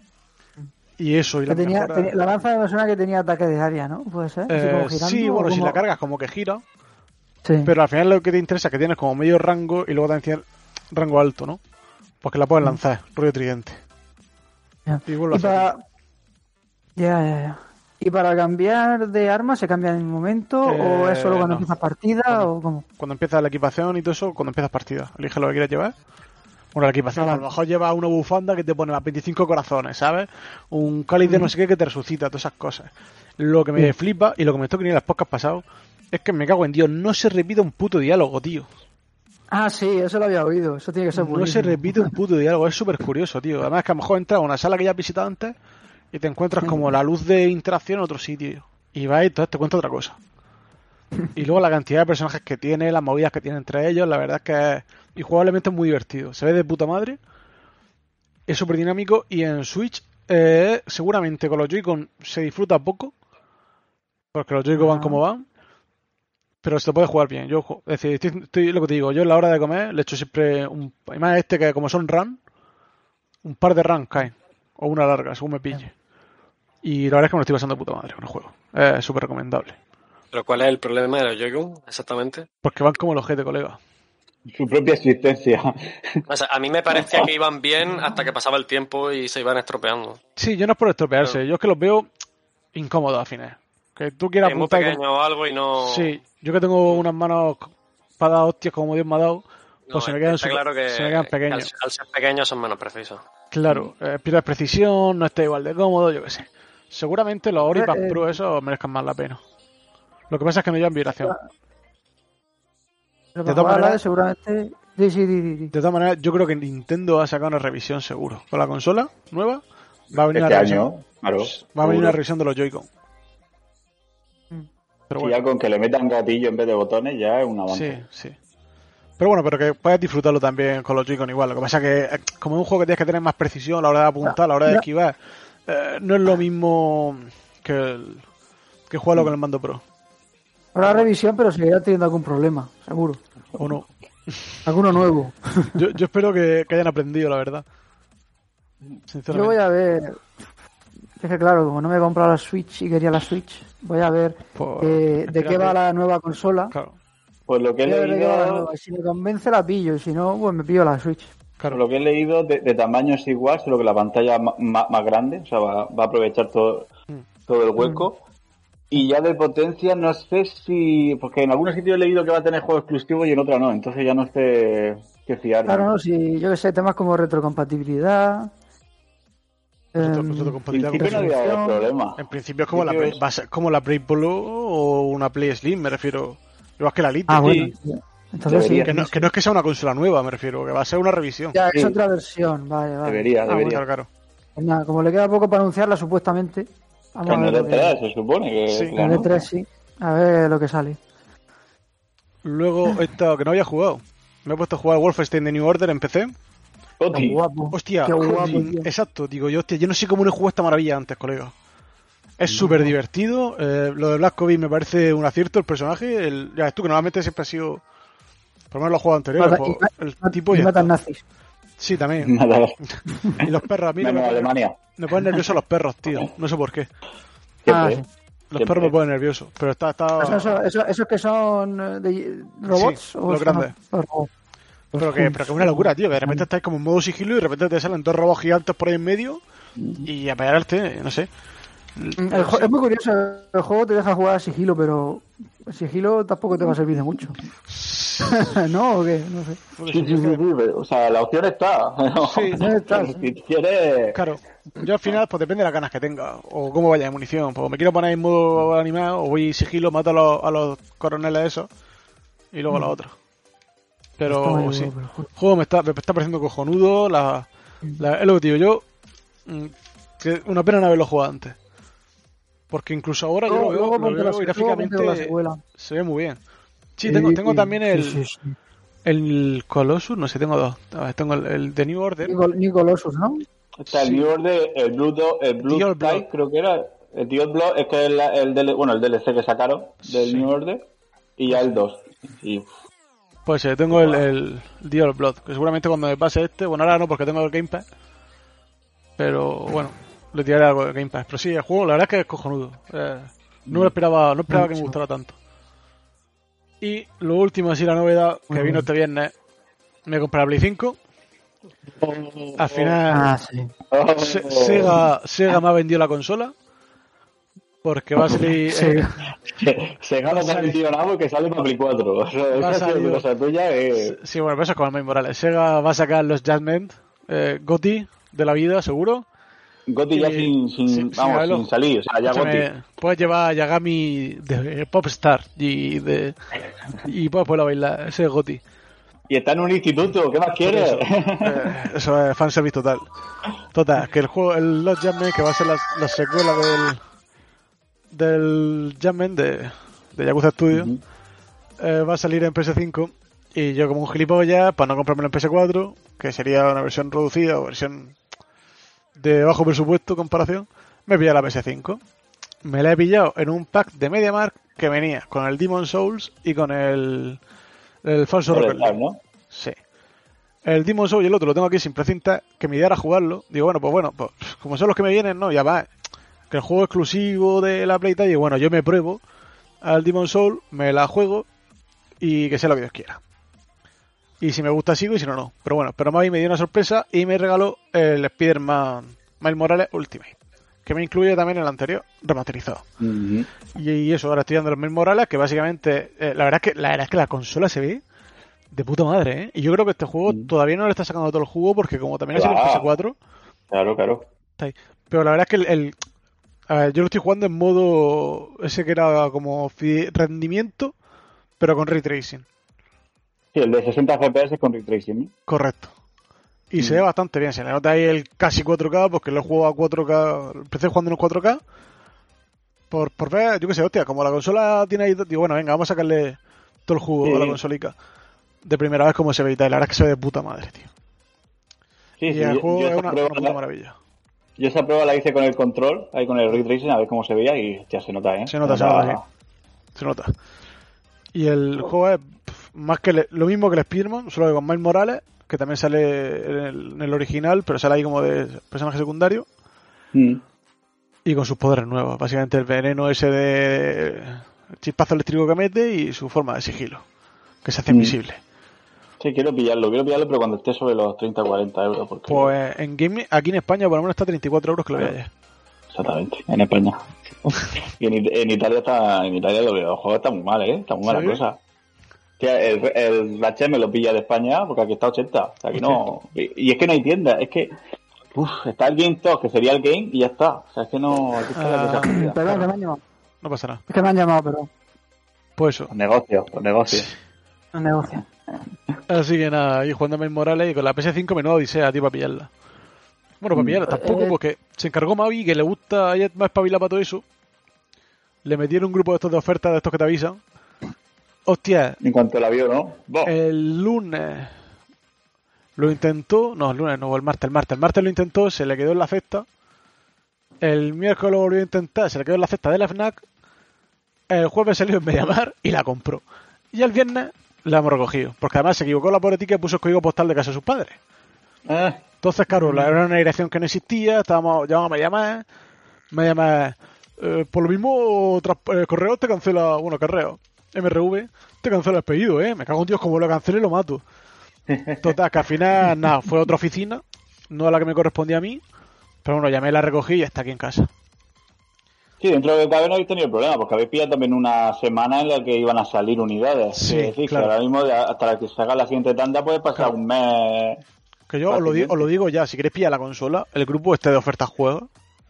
Y eso, y la tenía, mejora... tenía, la lanza me suena que tenía ataque de área, ¿no? ¿Puede ser? Eh, como girando, sí, bueno, como... si la cargas como que gira. Sí. Pero al final lo que te interesa es que tienes como medio rango y luego también tienes rango alto, ¿no? Porque la puedes lanzar, mm. rollo tridente. Yeah. Y, y para... Ya, ya, ya. ¿Y para cambiar de arma se cambia en el momento? Eh, ¿O es solo cuando no. empiezas partida? Cuando, o cómo? Cuando empiezas la equipación y todo eso, cuando empiezas partida. Elige lo que quieras llevar. Bueno, la equipación, ah, a lo mejor lleva una bufanda que te pone las veinticinco corazones, ¿sabes? Un cáliz de no sé qué que te resucita, todas esas cosas. Lo que me sí. flipa y lo que me toca en las podcasts pasados es que me cago en Dios, no se repite un puto diálogo, tío. Ah, sí, eso lo había oído, eso tiene que ser buenísimo. No se repite un puto diálogo, es súper curioso, tío. Además es que a lo mejor entras a una sala que ya has visitado antes y te encuentras como la luz de interacción en otro sitio. Y vas y entonces te cuenta otra cosa. Y luego la cantidad de personajes que tiene, las movidas que tiene entre ellos, la verdad es que es... Y jugablemente es muy divertido. Se ve de puta madre. Es súper dinámico. Y en Switch, eh, seguramente con los Joy-Con se disfruta poco. Porque los Joy-Con van como van. Pero se puede jugar bien. Yo, es decir, estoy, estoy lo que te digo. Yo en la hora de comer le echo siempre un... Además este que como son run, un par de runs caen. O una larga, según me pille. Y la verdad es que me lo estoy pasando de puta madre con el juego. Es súper recomendable. ¿Pero cuál es el problema de los Joy-Con exactamente? Porque van como los G T, colega. Su propia existencia. O sea, a mí me parecía que iban bien hasta que pasaba el tiempo y se iban estropeando. Sí, yo no es por estropearse. Pero... yo es que los veo incómodos a fines. Que tú quieras apuntar... muy pequeño con... o algo y no... Sí, yo que tengo unas manos para dar hostias como Dios me ha dado, pues No, se me quedan, está super, claro que, se me quedan que pequeños. al, al ser pequeños son menos precisos. Claro, eh, pierdes precisión, no está igual de cómodo, yo qué sé. Seguramente los Oripad Eh, Pro esos merezcan más la pena. Lo que pasa es que no llevan vibración. Pero de para todas jugar a la maneras- seguramente... Sí, sí, sí, sí, sí. De todas maneras, yo creo que Nintendo va a sacar una revisión seguro. Con la consola nueva va a venir Este una revisión. año, claro. Va a venir seguro. una revisión de los Joy-Con. Pero Sí, bueno, ya con que le metan gatillo en vez de botones ya es un avance. sí, sí. Pero bueno, pero que puedes disfrutarlo también con los Joy-Con igual. Lo que pasa es que, eh, como es un juego que tienes que tener más precisión a la hora de apuntar, a la hora de Ya. esquivar, eh, no es lo mismo que, el, que jugarlo con el mando Pro. Habrá revisión, pero seguirá teniendo algún problema, seguro. O no. Alguno nuevo. Yo, yo espero que, que hayan aprendido, la verdad. Yo Sinceramente. voy a ver... Es que claro, como no me he comprado la Switch y quería la Switch, voy a ver Pues, eh, de espérate. qué va la nueva consola. Claro, Pues lo que he Voy a ver de qué va la leído, nueva. Y si me convence la pillo, y si no, pues me pillo la Switch. claro. lo que he leído de, de tamaño es igual, solo que la pantalla es ma- ma- más grande, o sea, va, va a aprovechar todo, Mm. todo el hueco. Y ya de potencia no sé si... Porque en algunos sitios he leído que va a tener juego exclusivo y en otra no, entonces ya no sé qué fiarme. Claro, no, si yo que sé, temas como retrocompatibilidad. Retro- em, En retrocompatibilidad con principio no había resolución. problema. En principio es como la, Sí, que Play, es- va a ser como la Play Pro o una Play Slim, me refiero. Igual que la Lite. Ah, Sí. bueno. sí. Entonces sí. Debería. Que no, que no es que sea una consola nueva, me refiero, que va a ser una revisión. Ya, es Sí. otra versión, vale, vale. Debería, Ah, debería. Claro, claro. Pues nada, como le queda poco para anunciarla, supuestamente. Vamos a En ver el lo que- E tres se supone que... Sí. que en la el E anuncia. tres sí. A ver lo que sale. Luego, esta que no había jugado. Me he puesto a jugar Wolfenstein The New Order en P C. Qué Oti. guapo. Hostia, Qué guapo, sí, tío. exacto, digo yo, hostia, yo no sé cómo no he jugado esta maravilla antes, colega. Es súper divertido. eh, lo de Black Ops me parece un acierto el personaje. El, ya ves tú que normalmente siempre ha sido. Por lo menos los juegos anteriores. Mata- pues, y ma- el tipo y ya matan está. nazis. Sí, también. Nada, Y los perros, a mí no menos me ponen, Alemania. me ponen nerviosos los perros, tío. No sé por qué. Ah, Siempre. sí. Los Siempre. perros me ponen nerviosos. Pero está. está... ¿Esos, esos, esos- esos que son eh, de robots? Sí, o los son grandes. los robots? Pero que, pero que es una locura, tío. Que de repente estáis como en modo sigilo y de repente te salen dos robots gigantes por ahí en medio y a pegarte, no sé. El jo- es muy curioso, el juego te deja jugar a sigilo, pero el sigilo tampoco te va a servir de mucho. ¿No? ¿O qué? No sé. Porque Sí, si sí, sí, yo- sí, pero, o sea, la opción está. ¿no? Sí, está, Si quieres... Claro, yo al final, pues depende de las ganas que tenga o cómo vaya de munición. Pues me quiero poner en modo animado o voy sigilo, mato a los, a los coroneles esos y luego a los otros. Está Pero muy sí, guapo el juego. el juego me está, me está pareciendo cojonudo. La, la, es lo que te digo yo. mm, que una pena no haberlo jugado antes. Porque incluso ahora yo lo Luego- veo, luego lo ponte veo la- luego ponte gráficamente la secuela. se ve muy bien. Sí, Y- tengo, tengo y- también el, sí, sí, sí. el Colossus, no sé, tengo dos. A ver, tengo el, el de New Order. Nicol- Nicolosus, ¿no? Está el Sí. New Order, el Blue, Do- el Blue The Old Sky, Blood. creo que era. El The Old Blood es que es la- el, D L bueno, el D L C que sacaron del Sí. New Order. Y ya el dos. Y Pues sí, tengo el, el The Old Blood, que seguramente cuando me pase este, bueno, ahora no porque tengo el Gamepad, pero bueno, le tiraré algo de Gamepad. Pero sí, el juego, la verdad es que es cojonudo. Eh, no me lo esperaba, no esperaba que me gustara tanto. Y lo último, así la novedad que vino este viernes, me compré la Play cinco. Al final, Ah, sí. Se- Sega, Sega me ha vendido la consola. Porque va a salir. Sí. eh, se, se gana Va a salir- tan tío nabo que sale para Play cuatro. O sea, Va a esa ha sido salir- cosa tuya. Eh, sí, bueno, pero eso es como el Miles Morales. Sega va a sacar los Judgment eh, GOTY de la vida, seguro. Gotti ya Y- sin, sin, sí, sin vamos, haberlo- sin salir. O sea, ya Gotti. Escúchame, puedes llevar a Yagami de Popstar y de y puedes ponerlo a bailar, ese es Goti. Y está en un instituto, ¿qué más quieres? Eso, eh, eso es fanservice total. Total, que el juego, el Lost Jammen, que va a ser la, la secuela del del Jammen de, de Yakuza Studio, Ujú. eh, va a salir en P S cinco y yo como un gilipollas, para no comprarme en P S cuatro, que sería una versión reducida o versión de bajo presupuesto comparación, me he pillado la P S cinco. Me la he pillado en un pack de MediaMarkt que venía con el Demon Souls y con el el falso Por Rocket estar, League. ¿no? Sí. El Demon Souls y el otro lo tengo aquí sin precinta, que me diera a jugarlo. Digo, bueno, pues bueno, pues como son los que me vienen, no, ya va. Que el juego exclusivo de la Play y tal, y bueno, yo me pruebo al Demon Souls, me la juego y que sea lo que Dios quiera. Y si me gusta sigo y si no, no. Pero bueno, pero Mavi me dio una sorpresa y me regaló el Spider-Man Miles Morales Ultimate. que me incluye también el anterior, remasterizado. Uh-huh. Y, y eso, ahora estoy dando los Miles Morales, que básicamente, eh, la verdad es que la verdad es que la consola se ve de puta madre, ¿eh? Y yo creo que este juego uh-huh. todavía no le está sacando todo el jugo, porque como también claro. ha sido en P S cuatro. Claro, claro. Está ahí. Pero la verdad es que el, el a ver, yo lo estoy jugando en modo ese que era como rendimiento, pero con ray tracing. Sí, el de sesenta F P S con ray tracing, ¿no? Correcto. Y mm. se ve bastante bien. Se le nota ahí el casi cuatro K, porque lo he jugado a cuatro K. Empecé jugando en un cuatro K. Por, por ver, yo qué sé, hostia, como la consola tiene ahí. Digo, bueno, venga, vamos a sacarle todo el jugo sí. a la consolica. De primera vez como se ve y tal. La verdad es que se ve de puta madre, tío. Sí, y sí, el yo, juego yo es una, prueba, una puta maravilla. Yo esa prueba la hice con el control, ahí con el ray tracing, a ver cómo se veía y ya se nota, ¿eh? Se nota, se nota, sí. Se nota. Y el oh. juego es pff, más que le, lo mismo que el Spider-Man, solo que con Miles Morales, que también sale en el, en el original, pero sale ahí como de personaje secundario. Mm. Y con sus poderes nuevos. Básicamente el veneno ese de el chispazo eléctrico que mete y su forma de sigilo, que se hace mm. invisible. Sí, quiero pillarlo, quiero pillarlo, pero cuando esté sobre los treinta a cuarenta euros. Porque... Pues en Game, aquí en España por lo menos está a treinta y cuatro euros que lo veía ayer. Exactamente, en España. Y en, en Italia está, en Italia lo veo, el juego está muy mal, ¿eh? Está muy mala ¿sí? cosa. Tía, el, el Ratchet me lo pilla de España porque aquí está ochenta. O sea, aquí no... Y, y es que no hay tienda, es que... Uf, está el Game Talk, que sería el Game, y ya está. O sea, es que no... Aquí está uh, la cosa perdón, que me han llamado. No pasa nada. Es que me han llamado, pero... Pues eso. Los negocios, los negocios. Los negocios. Así que nada, ahí jugando a Miles Morales y con la P S cinco menuda odisea, tío, para pillarla. Bueno, para pillarla tampoco, porque se encargó Mavi, que le gusta a ella más espabilar para todo eso. Le metieron un grupo de estos de ofertas, de estos que te avisan. Hostia. En cuanto la vio, ¿no? Bo. El lunes lo intentó, no, el lunes no, el martes, el martes. El martes lo intentó, se le quedó en la cesta. El miércoles lo volvió a intentar, se le quedó en la cesta de la FNAC. El jueves salió en Mediamar y la compró. Y el viernes la hemos recogido, porque además se equivocó la pobre tica y puso el código postal de casa de sus padres. Eh. Entonces, claro, la, era una dirección que no existía, estábamos, llamamos a Mediamar, Mediamar, eh, por lo mismo, tras, eh, Correo te cancela, bueno, Correo, M R V, te cancela el pedido, eh, me cago en Dios, como lo cancele lo mato. Total, que al final, nada, fue a otra oficina, no a la que me correspondía a mí, pero bueno, llamé, la recogí y está aquí en casa. Sí, dentro de lo que cabe no habéis tenido problema, porque habéis pillado también una semana en la que iban a salir unidades. Sí, es decir, claro. que ahora mismo, hasta que se haga la siguiente tanda, puede pasar claro. un mes. Que yo os lo, digo, os lo digo ya, si queréis pillar la consola, el grupo este de ofertas juegos,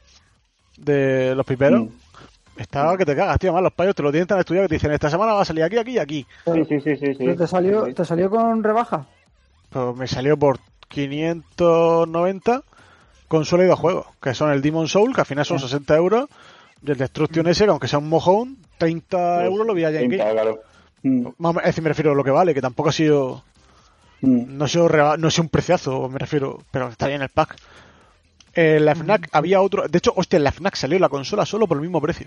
de los piperos, mm. está que te cagas, tío. Más los payos te lo tienen tan estudiado que te dicen, esta semana va a salir aquí, aquí y aquí. Sí, sí, sí. sí, sí. ¿Pero te salió, sí. te salió con rebaja? Pues me salió por quinientos noventa consola y dos juegos, que son el Demon Soul, que al final son sesenta euros. Y el Destruction ese, que aunque sea un mojón, treinta pues, euros lo vi allá en Game. Claro. Mm. Es decir, me refiero a lo que vale, que tampoco ha sido... Mm. No ha sido, reba- no ha sido un preciazo, me refiero, pero está bien el pack. En la FNAC mm. había otro... De hecho, hostia, en la FNAC salió la consola solo por el mismo precio.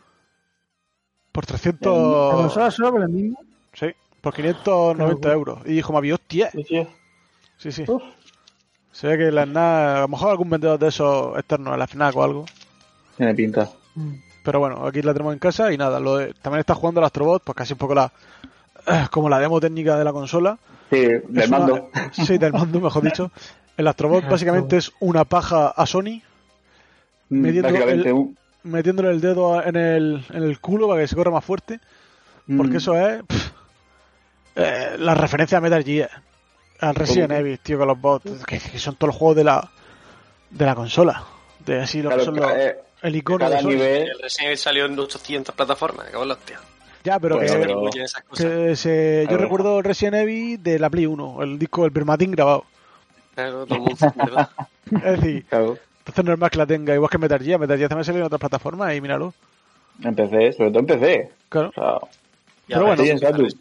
Por trescientos... ¿La consola solo por el mismo? Sí, por quinientos noventa euros. Y dijo, Mavi, hostia. Sí, sí. Sí, sí. Uf. Se ve que la FNAC... A lo mejor algún vendedor de esos externos a la FNAC o algo. Tiene pinta. Pero bueno, aquí la tenemos en casa y nada, lo de, también está jugando al Astrobot, pues casi un poco la eh, como la demo técnica de la consola. Sí, del es mando. Una, sí, del mando, mejor dicho. El Astrobot básicamente es una paja a Sony, mm, metiendo el, metiéndole el dedo en el, en el culo para que se corra más fuerte, porque mm. eso es pff, eh, la referencia a Metal Gear, al Resident Evil, tío, con los bots, que, que son todos los juegos de la de la consola, de así lo claro, que son los... Eh, El icono cada de Sony. nivel... El Resident Evil salió en ochocientas plataformas, cago en la hostia. Ya, pero bueno, que, pero... que se, yo recuerdo el Resident Evil de la Play uno, el disco, el Permatin grabado. Claro, todo el mundo, ¿verdad? Es decir, claro. Entonces no es más que la tenga, igual que Metal Gear, Metal Gear también salió en otras plataformas y míralo. En P C, sobre todo en P C. Claro. O sea, pero bueno, sí,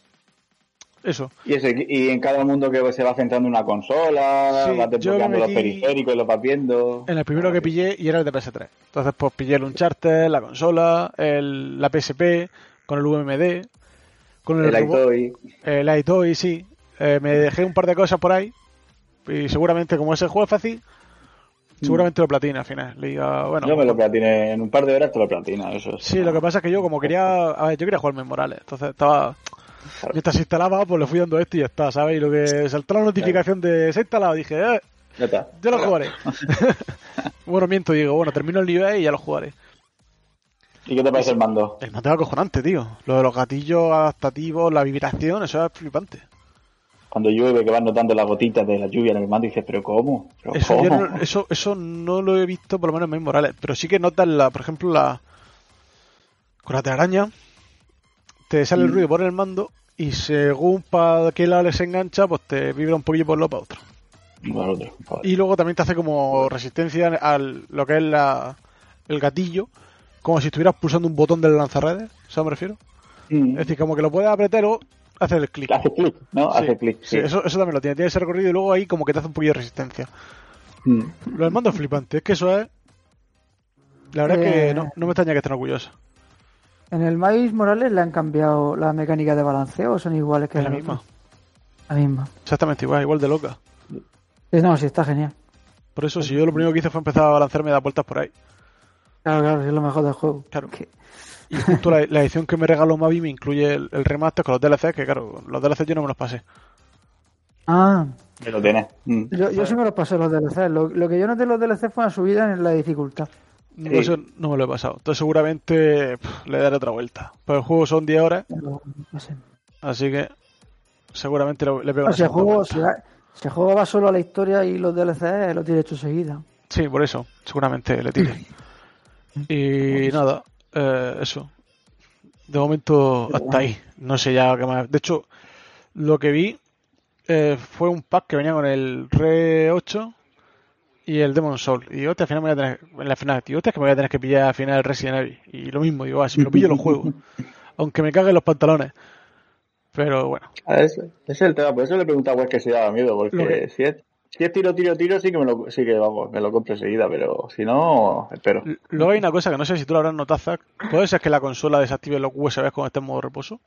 eso. Y, eso, y en cada mundo que se va centrando una consola, sí, vas desbloqueando los periféricos y los vas viendo. En el primero que pillé y era el de P S tres. Entonces pues pillé el Uncharted, la consola, el, la P S P, con el U M D, con el, el iToy. El iToy, sí. Eh, me dejé un par de cosas por ahí y seguramente como ese juego es fácil, seguramente mm. lo platina al final. Le diga, bueno, yo me lo platiné en un par de horas, te lo platina. Eso es. Sí, lo que pasa es que yo como quería, a ver, yo quería jugar Miles Morales, entonces estaba... Claro. Mientras se instalaba, pues le fui dando esto y ya está, ¿sabes? Y lo que saltó la notificación claro. de se ha instalado, dije, eh, ya está. Yo lo jugaré. Bueno, miento, digo, bueno, termino el nivel y ya lo jugaré. ¿Y qué te parece el mando? El mando es acojonante, tío. Lo de los gatillos adaptativos, la vibración, eso es flipante. Cuando llueve, que vas notando las gotitas de la lluvia en el mando y dices, ¿pero cómo? ¿Pero Eso, cómo? yo no, eso, eso no lo he visto, por lo menos en Miles Morales. Pero sí que notas, la, por ejemplo, la con la telaraña, te sale el ruido por el mando y según para qué lado les engancha, pues te vibra un poquillo por lo para otro. Para otro, para otro. Y luego también te hace como resistencia a lo que es la, el gatillo, como si estuvieras pulsando un botón del lanzarredes, ¿sabes a me refiero? Mm. Es decir, como que lo puedes apretar o hacer el clic. Hace clic, ¿no? Sí, hace clic, sí, sí. eso, eso también lo tiene, tiene ese recorrido y luego ahí como que te hace un poquillo de resistencia. Mm. Lo del mando es flipante, es que eso es... La verdad Eh, es que no, no me extraña que estén orgullosos. En el Miles Morales le han cambiado la mecánica de balanceo o son iguales que Es la el misma. otro? La misma. Exactamente igual, igual de loca. Sí, no, sí, está genial. Por eso, si yo lo primero que hice fue empezar a balancearme y dar vueltas por ahí. Claro, claro, sí, es lo mejor del juego. Claro. Que- Y justo la, la edición que me regaló Mavi me incluye el, el remaster con los D L Cs, que claro, los D L Cs yo no me los pasé. Ah, Me lo tienes. Mm. yo, yo sí me los pasé los D L C. Lo, lo que yo noté en los D L C fue una subida en la dificultad. No, Sí. Eso no me lo he pasado. Entonces seguramente pff, le daré otra vuelta. Pues el juego son diez horas, Pero, no sé. así que seguramente lo- le pego No, una si, el segunda juego, vuelta. si, va- si el juego va solo a la historia y los D L C lo tiene hecho enseguida. Sí, por eso, seguramente le tire. Y nada, eh, eso. De momento hasta ahí. No sé ya qué más. De hecho, lo que vi eh, fue un pack que venía con el R ocho y el Demon Soul. Y hostia, al final me voy a tener, en la final, tío, hostia, es que me voy a tener que pillar al final el Resident Evil. Y lo mismo, digo, ah, si me lo pillo lo juego. Aunque me caguen los pantalones. Pero bueno. Ah, ese, ese es el tema, por eso le preguntaba a Wes que si daba miedo, porque Lo que- si es, si es tiro, tiro, tiro, sí que me lo, sí que vamos, me lo compro enseguida, pero si no, espero. L- Luego hay una cosa que no sé si tú lo habrás notado, Zach. ¿Puede ser que la consola desactive los U S Bs cuando esté en modo reposo?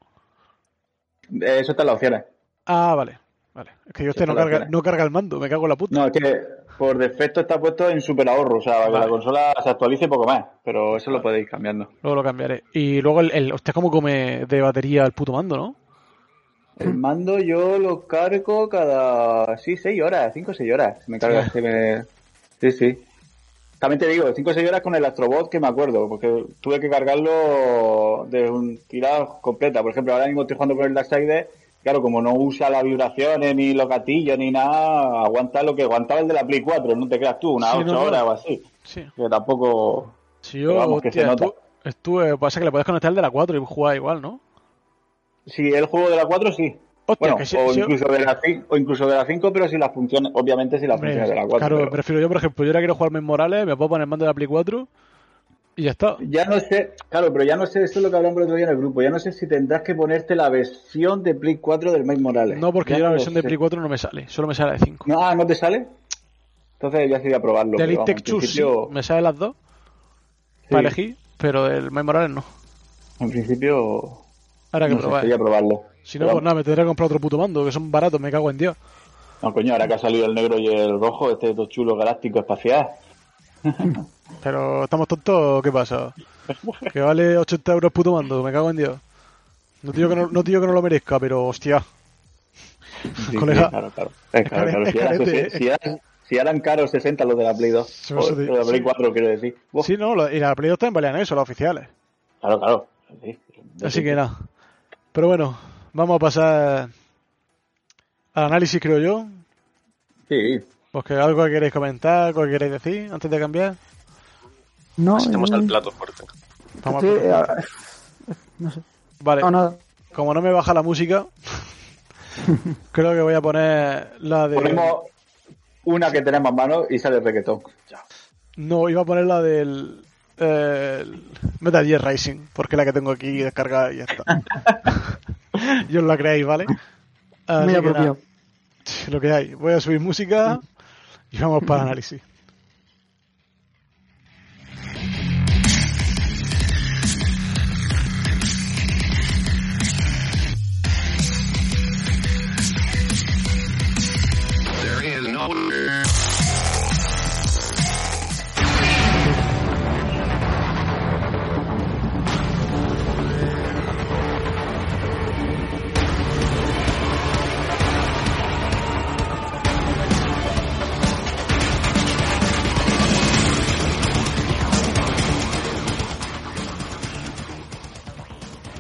Eh, Eso está en las opciones. Ah, vale. Vale. Es que yo este no Eso lo carga, tiene. no carga el mando, me cago en la puta. No, es que por defecto está puesto en super ahorro, o sea, para que Vale. la consola se actualice poco más, pero eso lo podéis ir cambiando. Luego lo cambiaré. Y luego el, el hostia, cómo come de batería el puto mando, ¿no? El mando yo lo cargo cada, sí, seis horas, cinco o seis horas. Se me carga, Sí. se me... Sí, sí. También te digo, cinco o seis horas con el Astrobot que me acuerdo, porque tuve que cargarlo de un tirada completa. Por ejemplo, ahora mismo estoy jugando con el Darksiders, claro, como no usa las vibraciones, ni los gatillos, ni nada, aguanta lo que aguantaba el de la Play cuatro, no te creas tú, unas Sí, ocho no, no. horas o así. Sí. Que tampoco... Si yo, Pero vamos, que hostia, se nota. estu- estuve, pasa que le puedes conectar el de la cuatro y jugar igual, ¿no? Si el juego de la cuatro, sí. Hostia, Bueno, que sí, o, sí- incluso de la cinco, o incluso de la cinco, pero si las funciones, obviamente si las Hombre, funciones de la cuatro. claro, pero- me refiero yo, por ejemplo, yo ahora quiero jugar Miles Morales, me puedo poner el mando de la Play cuatro y ya está. Ya no sé, claro, pero ya no sé, eso es lo que hablamos el otro día en el grupo, ya no sé si tendrás que ponerte la versión de Play cuatro del Miles Morales. No, porque Ya yo la lo versión de sé. Play cuatro no me sale, solo me sale la de cinco. No, ah, ¿no te sale? Entonces ya sería probarlo. de pero Elite vamos, en Texture sí, principio, me sale las dos sí, para elegir, pero del Miles Morales no. en principio, Ahora que no sé, probar. sería probarlo. Si no, Pero pues nada, me tendré que comprar otro puto mando, que son baratos, me cago en Dios. No, coño, ahora que ha salido el negro y el rojo, este todo chulo galáctico espacial. Pero estamos tontos, ¿o ¿qué pasa? Que vale ochenta euros puto mando, me cago en Dios. No te digo que no, no, te digo que no lo merezca, pero hostia. Sí, Colega. sí, claro, claro. Es claro, Es claro. Si, eran, carete, sesenta, si, eran, si eran caros sesenta los de la Play dos, Sí, o eso te- de la Play sí. cuatro, quiero decir. Uf, Sí, no, lo- y la Play dos también valían eso, las oficiales. Claro, claro. Sí, Así que nada. Pero bueno, vamos a pasar al análisis, creo yo. Sí, Pues que algo que queréis comentar, algo que queréis decir antes de cambiar. No, Pasemos yo- al plato fuerte. Vamos estoy- a... eh, no sé. Vale, No, nada. como no me baja la música, creo que voy a poner la de... ponemos una que tenemos a mano y sale el reggaetón. No, iba a poner la del eh, el Metal Gear Rising, porque es la que tengo aquí descargada y ya está. Y os la creáis, ¿vale? Así Muy que apropiado. nada, lo que hay. Voy a subir música y vamos para el análisis. There is no...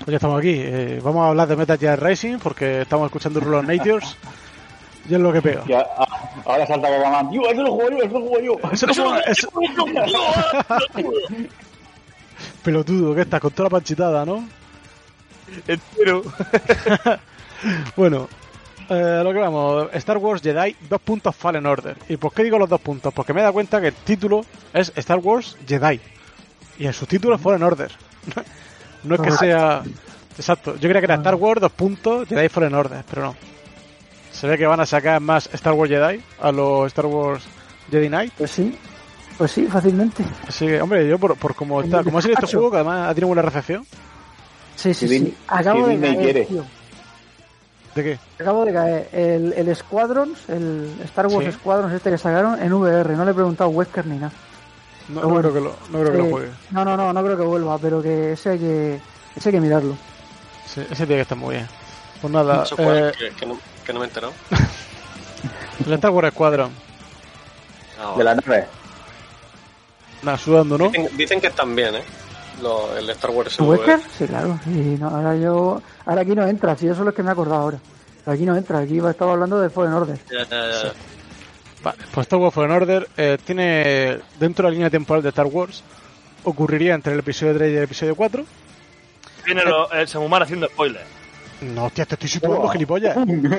Pues ya estamos aquí. Eh, vamos a hablar de Metal Gear Rising porque estamos escuchando Rule of Natures. Y es lo que pega. Ya, ahora salta Kagaman. Yo, eso lo juego yo, eso lo juego yo. Eso lo juego yo. Pelotudo, ¿qué estás? Con toda la panchitada, ¿no? Entero. Bueno, eh, a lo que vamos. Star Wars Jedi, dos puntos Fallen Order. ¿Y por qué digo los dos puntos? Porque me he dado cuenta que el título es Star Wars Jedi. Y el subtítulo es Fallen Order. No es que sea... Exacto, yo creía que era Star Wars, dos puntos, Jedi Fallen Order, pero no. Se ve que van a sacar más Star Wars Jedi a los Star Wars Jedi Knight. Pues sí, pues sí, fácilmente. Así que, hombre, yo por, por como está, como ha sido este juego, que además ha tenido buena recepción. Sí, sí, Si sí. Disney- Acabo si de Disney caer, quiere. tío. ¿De qué? Acabo de caer. El, el Squadrons, el Star Wars Sí. Squadrons este que sacaron en V R. No le he preguntado a Wesker ni nada. No, Pero no bueno. creo que lo, no creo que lo Eh, juegue. No, no, no, no creo que vuelva, pero que ese hay que, ese hay que mirarlo. Sí, ese tiene que estar muy bien. Pues nada, Eso cuál, eh, que, que no, que no me he enterado. el Star Wars Squadron. Ah, De vale. la nave. Nada, sudando, ¿no? Dicen, dicen que están bien, ¿eh? Lo- el Star Wars ¿Tu V R. Wesker? Sí, claro. Y no, ahora yo, ahora aquí no entra, si eso es lo que me he acordado ahora. Pero aquí no entra, aquí estaba hablando de Fallen Order. Ya, ya, ya. Vale, pues Star Wars Fallen Order eh, tiene, dentro de la línea temporal de Star Wars, ocurriría entre el episodio tres y el episodio cuatro. Viene lo- el Samumar haciendo spoilers. No, hostia, te estoy situando, Oh. gilipollas.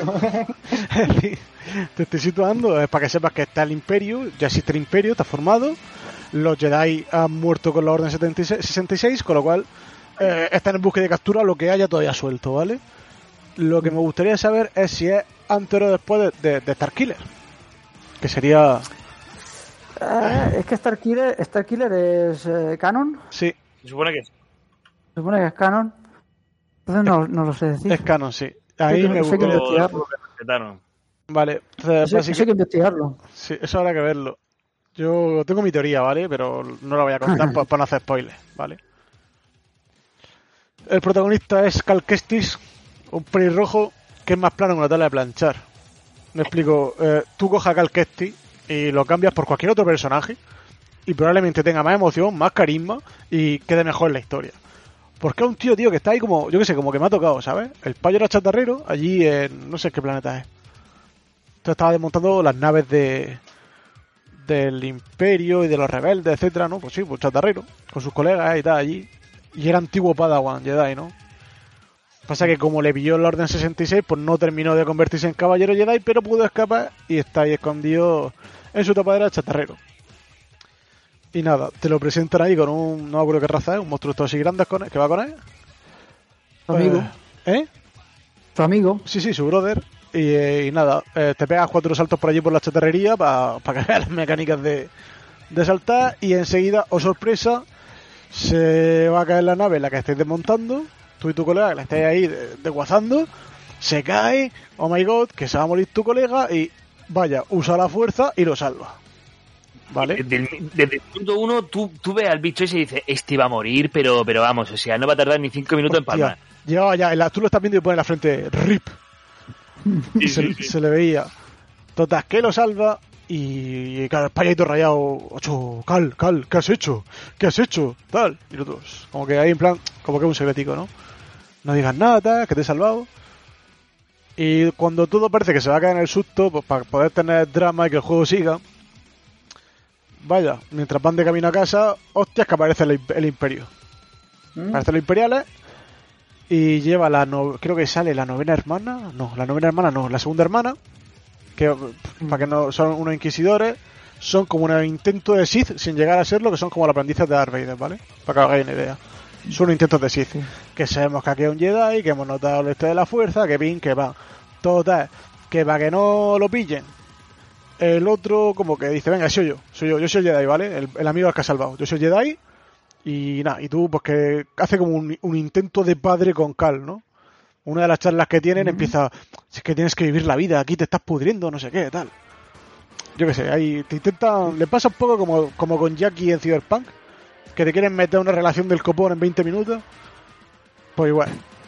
Te estoy situando, es para que sepas que está el Imperio, ya existe el Imperio, está formado. Los Jedi han muerto con la Orden setenta y seis, sesenta y seis, con lo cual eh, están en búsqueda de captura lo que haya todavía suelto, ¿vale? Lo que me gustaría saber es si es antes o después de, de, de Starkiller, que sería... Eh, es que Starkiller, Starkiller es eh, canon, Sí, Se supone que se supone que es canon. Entonces no, no lo sé decir. es canon, sí. Ahí Sí, me sé que gustó. investigar. lo respetaron. Vale, entonces, Eso, eso hay básicamente- que investigarlo. sí, eso habrá que verlo. Yo tengo mi teoría, ¿vale? Pero no la voy a contar para no hacer spoilers, ¿vale? El protagonista es Cal Kestis, un pelirrojo que es más plano que una tabla de planchar. Me explico. Eh, tú cojas a Cal Kestis y lo cambias por cualquier otro personaje y probablemente tenga más emoción, más carisma y quede mejor en la historia. Porque es un tío, tío, que está ahí como, yo qué sé, como que me ha tocado, ¿sabes? El payo era chatarrero allí en, no sé qué planeta es. Entonces estaba desmontando las naves de del Imperio y de los rebeldes, etcétera, ¿no? Pues sí, pues chatarrero, con sus colegas y tal allí. Y era antiguo Padawan Jedi, ¿no? Pasa que como le pilló la Orden sesenta y seis, pues no terminó de convertirse en caballero Jedi, pero pudo escapar y está ahí escondido en su tapadera de chatarrero. Y nada, te lo presentan ahí con un, no me acuerdo qué raza es, un monstruo así grande con él, que va con él. Tu amigo. Eh, ¿Eh? Tu amigo. Sí, sí, su brother. Y, eh, y nada, eh, te pegas cuatro saltos por allí por la chatarrería para que veas las mecánicas de, de saltar. Y enseguida, oh sorpresa, se va a caer la nave en la que estáis desmontando. Tú y tu colega que la estáis ahí de- desguazando. Se cae, oh my god, que se va a morir tu colega. Y vaya, usa la fuerza y lo salva. ¿Vale? Desde el, desde el punto uno, tú, tú ves al bicho ese y dices, este va a morir, pero, pero vamos, o sea, no va a tardar ni cinco minutos en Hostia, palmar. llegaba ya, en la- tú lo estás viendo y pone en la frente RIP. Sí, se, sí, sí. se le veía. Total, que lo salva y, y claro, el payito rayado, ocho, Cal, Cal, ¿qué has hecho? ¿Qué has hecho? Tal, y nosotros, como que ahí en plan, como que un secretico, ¿no? No digas nada, tal, que te he salvado. Y cuando todo parece que se va a caer en el susto, pues para poder tener drama y que el juego siga, vaya, mientras van de camino a casa, hostias que aparece el, el Imperio. Aparecen los imperiales y lleva la no, creo que sale la novena hermana, no, la novena hermana no, la segunda hermana, que pff, para que no son unos inquisidores, son como un intento de Sith sin llegar a serlo, que son como los aprendices de Darth Vader, ¿vale? Para que os hagáis una idea. Son unos intentos de Sith, Sí. que sabemos que aquí hay un Jedi, que hemos notado el este de la fuerza, que pin, que va. Total, que para que no lo pillen, el otro como que dice, venga, soy yo, soy yo, yo soy el Jedi, ¿vale? El, el amigo al que ha salvado, yo soy Jedi. Y nada, y tú, pues que hace como un, un intento de padre con Cal, ¿no? Una de las charlas que tienen empieza, si es que tienes que vivir la vida, aquí te estás pudriendo, no sé qué, tal. Yo qué sé, ahí te intentan, le pasa un poco como, como con Jackie en Cyberpunk, que te quieren meter una relación del copón en veinte minutos, pues igual.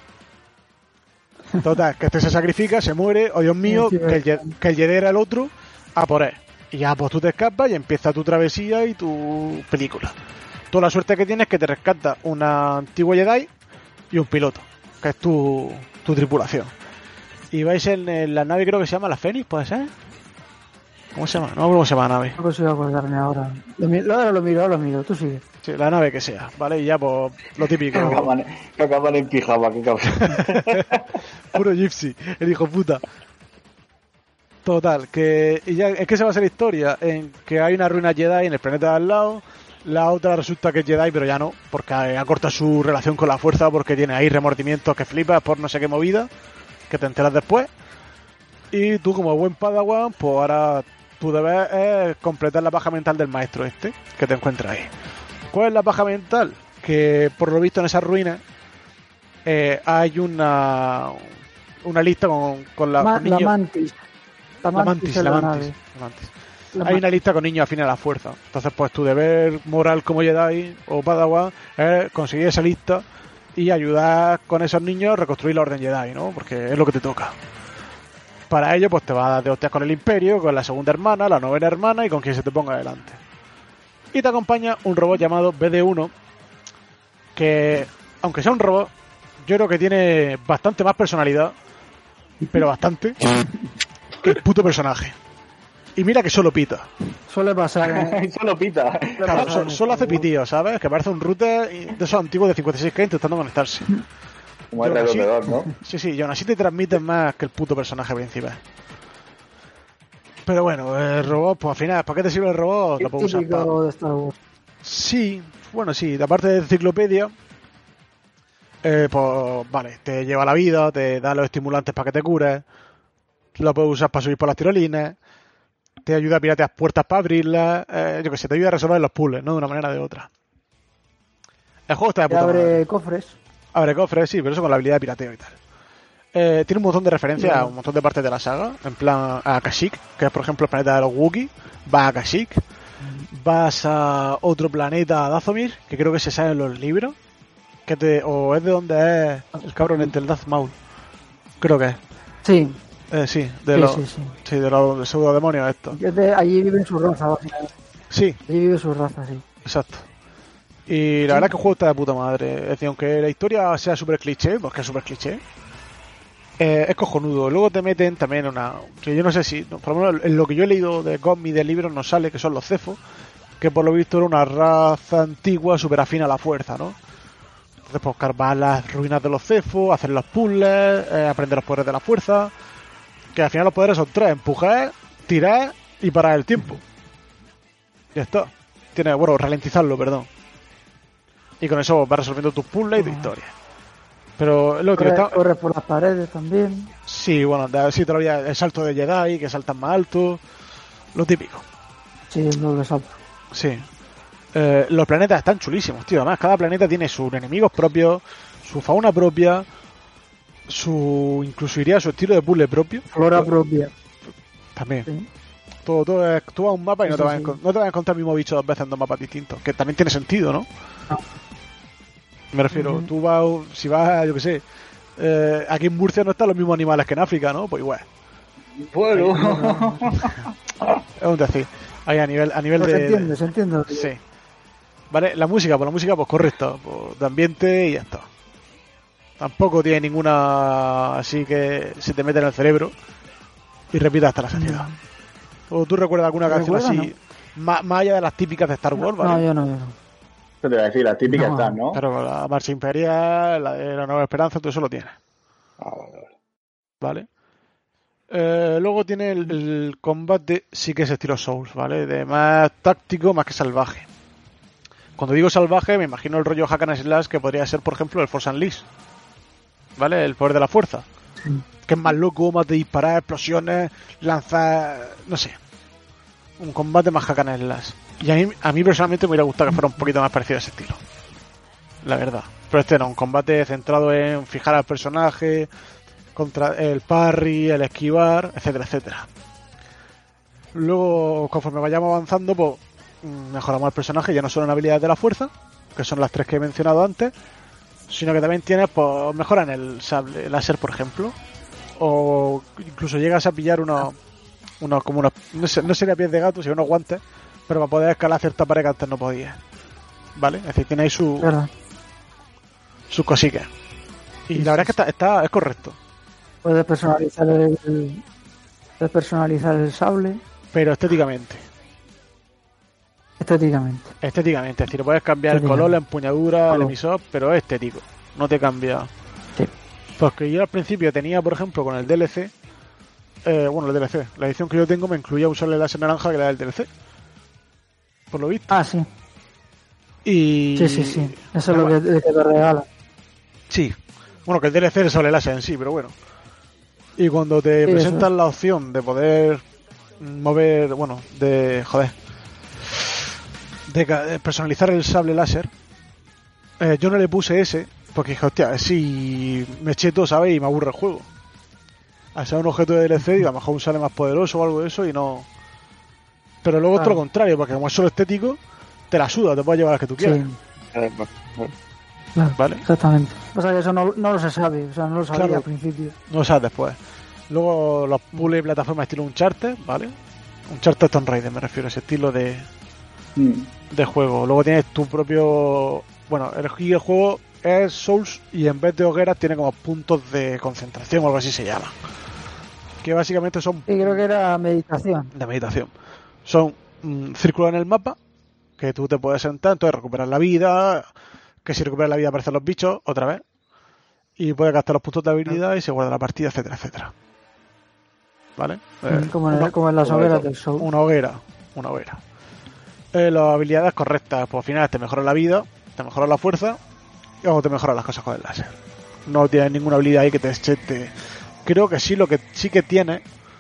Total, que este se sacrifica, se muere, oh Dios mío, que el, Ye- que el Jedi era el otro, a por él. Y ya, pues tú te escapas y empieza tu travesía y tu película. Toda la suerte que tienes es que te rescata una antigua Jedi y un piloto. que es tu, tu tripulación. Y vais en, en la nave, creo que se llama la Fénix, ¿puede ser? ¿Cómo se llama? No, ¿cómo se llama la nave? No consigo acordarme ahora. Lo, mi- ahora lo miro, ahora lo miro, tú sigue. Sí, la nave que sea, ¿vale? Y ya, pues, lo típico. Que acaban, que acaban en pijama, que cabrón. Puro gypsy, el hijo puta. Total, que y ya es que se va a hacer la historia en que hay una ruina Jedi en el planeta de al lado. La otra resulta que es Jedi, pero ya no, porque ha cortado su relación con la fuerza, porque tiene ahí remordimientos que flipas por no sé qué movida, que te enteras después. Y tú, como buen Padawan, pues ahora tu deber es completar la paja mental del maestro este, que te encuentras ahí. ¿Cuál es la paja mental? Que por lo visto en esas ruinas eh, hay una una lista con, con la, Ma- con la niños... mantis. La La mantis, mantis, es la la mantis, nave. la mantis. La Hay ma- una lista con niños afines a la fuerza. Entonces, pues tu deber moral como Jedi o Padawan es conseguir esa lista y ayudar con esos niños a reconstruir la Orden Jedi, ¿no? Porque es lo que te toca. Para ello, pues te vas a dar de hostias con el Imperio, con la segunda hermana, la novena hermana y con quien se te ponga adelante. Y te acompaña un robot llamado B D uno, que, aunque sea un robot, yo creo que tiene bastante más personalidad, pero bastante, que el puto personaje. Y mira que solo pita. Suele pasar, ¿eh? Solo pita. Claro, so- solo hace pitío, ¿sabes? Que parece un router de esos antiguos de cincuenta y seis K intentando conectarse. Como el Yo, sí. redondedor, ¿no? Sí, sí, y aún así te transmiten más que el puto personaje principal. Pero bueno, el robot, pues al final, ¿para qué te sirve el robot? Lo puedo usar para... Típico de Star Wars. Sí, bueno, sí, aparte de enciclopedia, eh, pues vale, te lleva la vida, te da los estimulantes para que te cures, lo puedes usar para subir por las tirolinas, te ayuda a piratear puertas para abrirlas, eh, yo que sé, te ayuda a resolver los puzzles, ¿no? De una manera o de otra. El juego está de Que puta madre. abre cofres. Abre cofres, sí, pero eso con la habilidad de pirateo y tal. Eh, tiene un montón de referencias Bien. a un montón de partes de la saga. En plan, a Kashyyyk, que es por ejemplo el planeta de los Wookiee. Vas a Kashyyyk. Vas a otro planeta, a Dathomir, que creo que se sabe en los libros. Que te, o es de donde es el cabrón este, el Darth Maul. Creo que es. Sí, Eh, sí, de sí, los sí, sí. sí, de los pseudo demonios estos. Es de- allí vive su raza, básicamente. Sí, Allí vive su raza, sí. exacto. Y la verdad es que el juego está de puta madre. Es decir, aunque la historia sea súper cliché, porque es súper cliché, eh, es cojonudo. Luego te meten también una... Que yo no sé si... no, por lo menos en lo que yo he leído de cómics, de libros, nos sale que son los cefos, que por lo visto era una raza antigua súper afín a la fuerza, ¿no? Entonces, pues, carvar las ruinas de los cefos, hacer los puzzles, eh, aprender los poderes de la fuerza... Que al final los poderes son tres: empujar, tirar y parar el tiempo. Ya está. Tiene, bueno, ralentizarlo, perdón. Y con eso vas resolviendo tus puzzles y tu historia. Pero es lo que Corre, está... corre por las paredes también. Sí, bueno, de- sí, todavía el salto de Jedi, que saltan más alto. Lo típico. Sí, el doble salto. Sí. Eh, los planetas están chulísimos, tío. Además, cada planeta tiene sus enemigos propios, su fauna propia, su incluso iría su estilo de puzzle propio. Flora propia. También. Sí. Todo, todo es, tú vas a un mapa y no Eso te, vas a sí. encon- no te vas a encontrar el mismo bicho dos veces en dos mapas distintos. Que también tiene sentido, ¿no? No. Me refiero, Ujú. tú vas, a un- si vas, yo qué sé, eh, aquí en Murcia no están los mismos animales que en África, ¿no? Pues igual. Bueno. Es un decir. Ahí a nivel, a nivel Pero de... se entiende, se entiende. Sí. Vale, la música, pues la música, pues correcta, pues, de ambiente y ya está. Tampoco tiene ninguna así que se te mete en el cerebro y repita hasta la saciedad. ¿O tú recuerdas alguna ¿Me canción recuerda, así, más, más allá de las típicas de Star Wars, No, ¿vale? yo no, yo no. Eso te voy a decir, las típicas No. están, ¿no? Claro, la Marcha Imperial, la de la Nueva Esperanza, todo eso lo tiene, Ah, vale, vale. ¿vale? Eh, luego tiene el, el combate, sí que es estilo Souls, ¿vale? De más táctico, más que salvaje. Cuando digo salvaje, me imagino el rollo hack and slash que podría ser, por ejemplo, el Force Unleashed, ¿vale? El poder de la fuerza. Sí. Que es más loco, más de disparar, explosiones, lanzar, no sé. Un combate más hack and slash. Y a mí, a mí personalmente me hubiera gustado que fuera un poquito más parecido a ese estilo. La verdad. Pero este no, un combate centrado en fijar al personaje, contra el parry, el esquivar, etcétera, etcétera. Luego, conforme vayamos avanzando, pues mejoramos el personaje, ya no solo en habilidades de la fuerza, que son las tres que he mencionado antes, sino que también tienes, pues, mejora en el sable láser, por ejemplo, o incluso llegas a pillar unos, unos como unos, no, sé, no sería pies de gato, sino unos guantes, pero para poder escalar cierta pared que antes no podías, ¿vale? Es decir, tiene ahí su, ¿Verdad? sus cositas. Y la verdad es que está, está es correcto. Puedes personalizar el, puedes personalizar el sable. Pero estéticamente. Estéticamente. Estéticamente, es decir, puedes cambiar el color, la empuñadura, claro. el emisor, pero es estético. No te cambia. Sí. Porque yo al principio tenía, por ejemplo, con el D L C, eh, bueno, el D L C, la edición que yo tengo me incluía usar el láser naranja que era el D L C. Por lo visto. Ah, sí. Y... Sí, sí, sí. Eso es lo que, que te regala. Sí. Bueno, que el D L C es sobre el láser en sí, pero bueno. Y cuando te sí, presentan la opción de poder mover, bueno, de, joder, de personalizar el sable láser, eh, yo no le puse ese, porque dije, hostia, si me cheto, ¿sabes? Y me aburre el juego. Al ser un objeto de D L C, digo, a lo mejor un sale más poderoso o algo de eso y no... Pero luego claro. es todo lo contrario, porque como es solo estético, te la suda, te puedes llevar las que tú quieras. Sí. Claro, ¿vale? Exactamente. O sea que eso no, no lo se sabe, o sea, no lo sabía claro, al principio. No lo sabes después. Luego los puzzles y plataformas estilo Uncharted, ¿vale? Uncharted Tomb Raider me refiero a ese estilo de, mm. de juego. Luego tienes tu propio... Bueno, el, el juego es Souls y en vez de hogueras tiene como puntos de concentración o algo así se llama. Que básicamente son... Sí, creo que era meditación. De meditación. Son mmm, círculos en el mapa que tú te puedes sentar, entonces recuperar la vida, que si recuperas la vida aparecen los bichos otra vez y puedes gastar los puntos de habilidad y se guarda la partida, etcétera, etcétera. ¿Vale? Eh, como, en, una, como en las hogueras del Souls. Una hoguera, una hoguera. Eh, las habilidades correctas, pues al final te mejoran la vida, te mejoran la fuerza y luego te mejoran las cosas con el láser. No tienes ninguna habilidad ahí que te te... Creo que sí, lo que sí que tiene,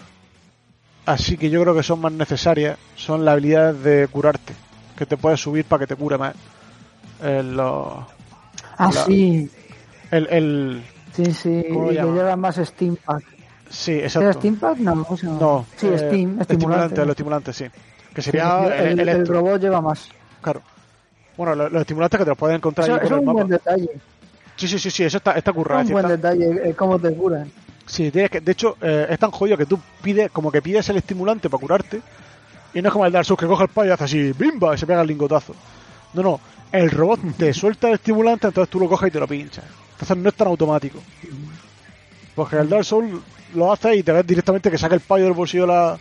así que yo creo que son más necesarias, son las habilidades de curarte, que te puedes subir para que te cure más. El, lo, ah, la, sí. El, el, sí, sí, y que llevan más Steam Pack. Sí, exacto. ¿Era Steam Pack? No, no, no sí, eh, Steam, estimulante. estimulante. Los estimulantes, sí. Que sería sí, el, el, el robot lleva más. Claro. Bueno, los, los estimulantes que te los puedes encontrar eso, ahí eso por el mapa. Eso es un buen detalle. Sí, sí, sí, sí, eso está, está currado. Es un buen está... detalle, eh, cómo te curan. Sí, tienes que, de hecho, eh, es tan jodido que tú pides, como que pides el estimulante para curarte, y no es como el Dark Souls que coge el payo y hace así, ¡bimba! Y se pega el lingotazo. No, no, el robot te suelta el estimulante, entonces tú lo coges y te lo pinchas. Entonces no es tan automático. Porque el Dark Souls lo hace y te ves directamente que saca el payo del bolsillo la,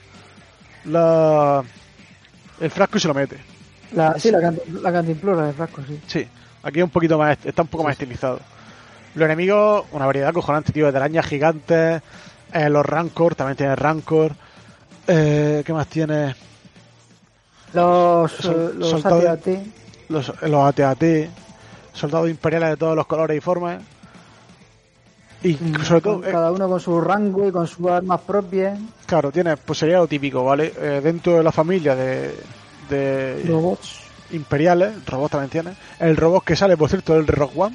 la el frasco y se lo mete. La, sí, la, can, la cantimplora del frasco, sí. Sí, aquí es un poquito más, está un poco sí, más estilizado. Los enemigos, una variedad cojonante, tío, de arañas gigantes, eh, los Rancor, también tiene Rancor. Eh, ¿Qué más tiene? Los, Sol, los soldados, A T A T. Los, los A T A T, soldados imperiales de todos los colores y formas. Y mm, sobre todo... Cada uno con su rango y con sus armas propias. Claro, tiene, pues sería lo típico, ¿vale? Eh, dentro de la familia de... de robots imperiales, robots también tiene. El robot que sale, por cierto, es el de Rogue One.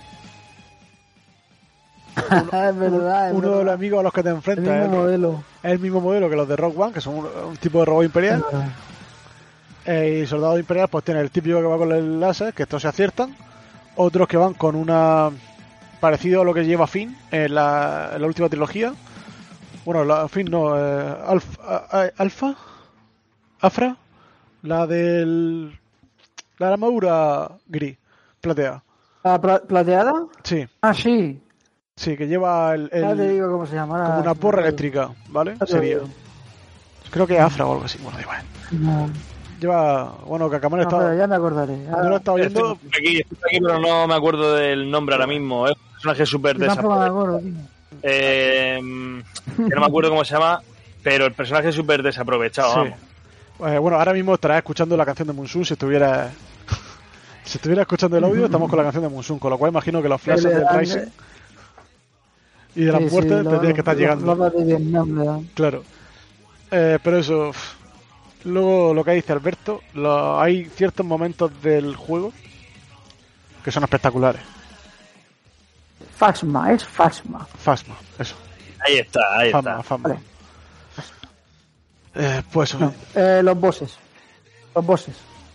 Uno, es verdad, es uno verdad. de los amigos a los que te enfrentas el mismo es, modelo. es el mismo modelo que los de Rogue One, que son un, un tipo de robot imperial. Eh, y soldados imperiales pues tiene el típico que va con el láser, que estos se aciertan. Otros que van con una parecido a lo que lleva Finn en la, en la última trilogía. Bueno, la, Finn no, eh, Alfa, Alfa, Afra, la del la de la armadura gris, plateada. ¿La pla- plateada? Sí. Ah, sí. Sí, que lleva el, el ya te digo cómo se llama. como una porra eléctrica, ¿vale? Sería. Creo que es Afra o algo así. Bueno, da igual. No. Lleva, bueno, Cacamón no, está. Ya me acordaré. Yo lo he estado viendo. Estoy aquí, estoy aquí, pero no me acuerdo del nombre ahora mismo. Es un personaje súper desaprovechado. Eh, que no me acuerdo cómo se llama, pero el personaje es súper desaprovechado. Sí. Vamos. Eh, bueno, ahora mismo estarás escuchando la canción de Monsoon. Si estuviera si estuviera escuchando el audio, estamos con la canción de Monsoon, con lo cual imagino que los flashes del Rising y de las sí, muertes sí, tendrían que estar lo, llegando. Lo, lo Vietnam, claro. Eh, pero eso. Luego, lo que dice Alberto, lo, hay ciertos momentos del juego que son espectaculares. Phasma, es Phasma. Phasma, eso. Ahí está, ahí Phasma, está. Phasma. Vale. Eh, pues no, eh, los bosses. Los bosses.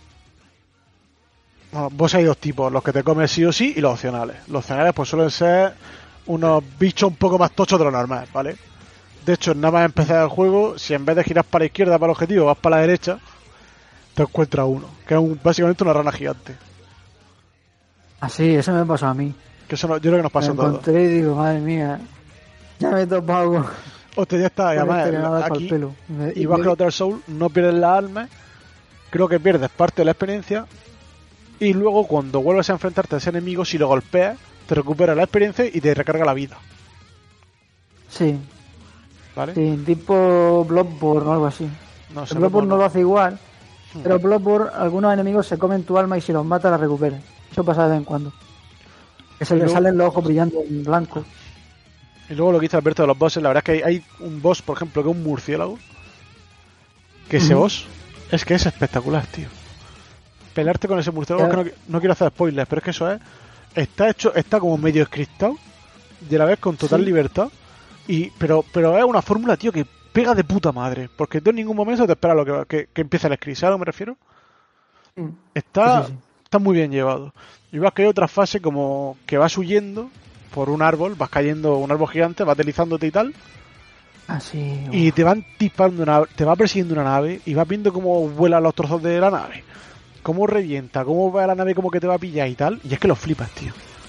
Bueno, bosses hay dos tipos, los que te comes sí o sí y los opcionales. Los opcionales pues suelen ser unos bichos un poco más tochos de lo normal, ¿vale? De hecho, nada más empezar el juego, si en vez de girar para la izquierda para el objetivo vas para la derecha, te encuentras uno, que es un, básicamente una rana gigante. Ah, sí, eso me pasó a mí. Que eso no, yo creo que nos pasa a todos. Me encontré y digo, madre mía, ya me he topado. Hostia, ya está, y además aquí, me, igual que los Dark Souls, no pierdes las almas, creo que pierdes parte de la experiencia, y luego cuando vuelves a enfrentarte a ese enemigo, si lo golpeas, te recupera la experiencia y te recarga la vida. Sí. ¿Vale? Sí, tipo Bloodborne o algo así. No, el Bloodborne no lo hace igual, hmm. pero Bloodborne, algunos enemigos se comen tu alma y si los matas la recuperan. Eso pasa de vez en cuando. Que se le luego... salen los ojos brillando en blanco. Y luego lo que dice Alberto de los bosses, la verdad es que hay, hay un boss, por ejemplo, que es un murciélago. Que ese uh-huh. boss es que es espectacular, tío. Pelearte con ese murciélago, es que no, no quiero hacer spoilers, pero es que eso es... Está hecho, está como medio escriptado y a la vez con total sí. libertad. Y, pero, pero es una fórmula, tío, que pega de puta madre. Porque tú en ningún momento te esperas lo que, que, que empiece el script, ¿sabes a lo que me refiero? Mm. Está, sí, sí. está muy bien llevado. Y vas que hay otra fase como que vas huyendo por un árbol, vas cayendo un árbol gigante, vas deslizándote y tal. Así. Y te van disparando una, te va persiguiendo una nave y vas viendo cómo vuelan los trozos de la nave. Cómo revienta, cómo va la nave como que te va a pillar y tal. Y es que lo flipas, tío.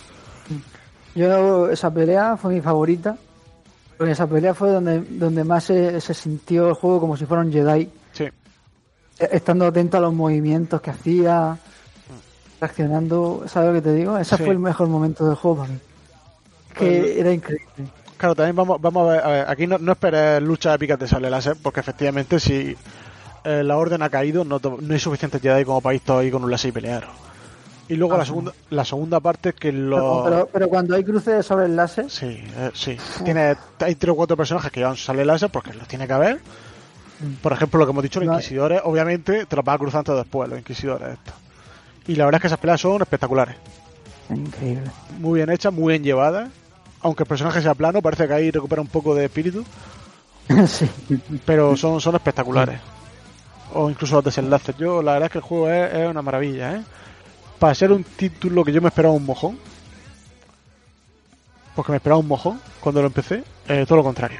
Yo, esa pelea fue mi favorita. Porque esa pelea fue donde, donde más se, se sintió el juego como si fuera un Jedi. Sí. Estando atento a los movimientos que hacía, reaccionando, ¿sabes lo que te digo? Ese sí. fue el mejor momento del juego para mí. Que pues, era increíble. Claro, también vamos, vamos a ver, a ver aquí no, no esperes lucha épicas de sable láser, porque efectivamente si eh, la orden ha caído, no, no hay suficiente Jedi como para ir todo ahí con un láser y pelear. Y luego ah, la segunda la segunda parte es que los... Pero, pero, pero cuando hay cruces sobre el láser... Sí, eh, sí. Tiene, hay tres o cuatro personajes que llevan sable láser porque los tiene que haber. Por ejemplo, lo que hemos dicho, los inquisidores, obviamente, te los vas a cruzar antes o después, los inquisidores estos. Y la verdad es que esas peleas son espectaculares. Increíble. Muy bien hechas, muy bien llevadas. Aunque el personaje sea plano, parece que ahí recupera un poco de espíritu. Sí. Pero son, son espectaculares. O incluso los desenlaces. Yo, la verdad es que el juego es, es una maravilla, ¿eh? Para ser un título que yo me esperaba un mojón, porque me esperaba un mojón cuando lo empecé, eh, todo lo contrario.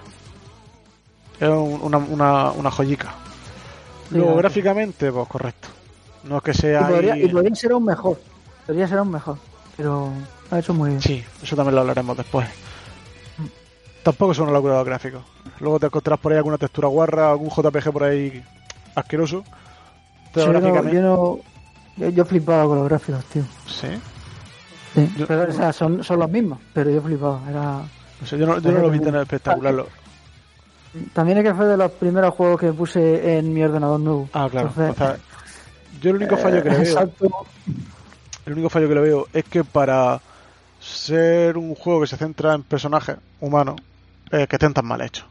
Es un, una, una, una joyica. Luego, sí, gráficamente, pues correcto. No es que sea. Y podría, ahí... y podría ser un mejor. Podría ser un mejor. Pero ha hecho muy bien. Sí, eso también lo hablaremos después. Tampoco es una locura los gráficos. Luego te encontrarás por ahí alguna textura guarra, algún J P G por ahí asqueroso. Pero sí, gráficamente. Yo no. Yo, yo flipaba con los gráficos, tío. ¿Sí? Sí, yo, pero, o sea, son, son los mismos, pero yo flipaba. Era... O sea, yo no, yo no lo vi tan espectacular. Lo... También es que fue de los primeros juegos que puse en mi ordenador nuevo. Ah, claro. Entonces, o sea, yo el único fallo que le veo... Exacto. El único fallo que le veo es que para ser un juego que se centra en personajes humanos, eh, que estén tan mal hechos.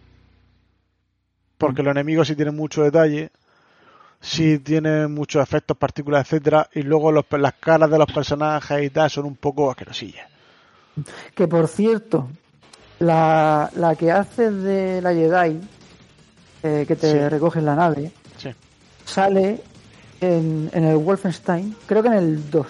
Porque mm. los enemigos sí tienen mucho detalle, sí tienen muchos efectos, partículas, etcétera, y luego los, las caras de los personajes y tal son un poco asquerosillas. Que por cierto, la, la que hace de la Jedi, eh, que te sí. recoge en la nave, sí. sale en, en el Wolfenstein, creo que en el dos.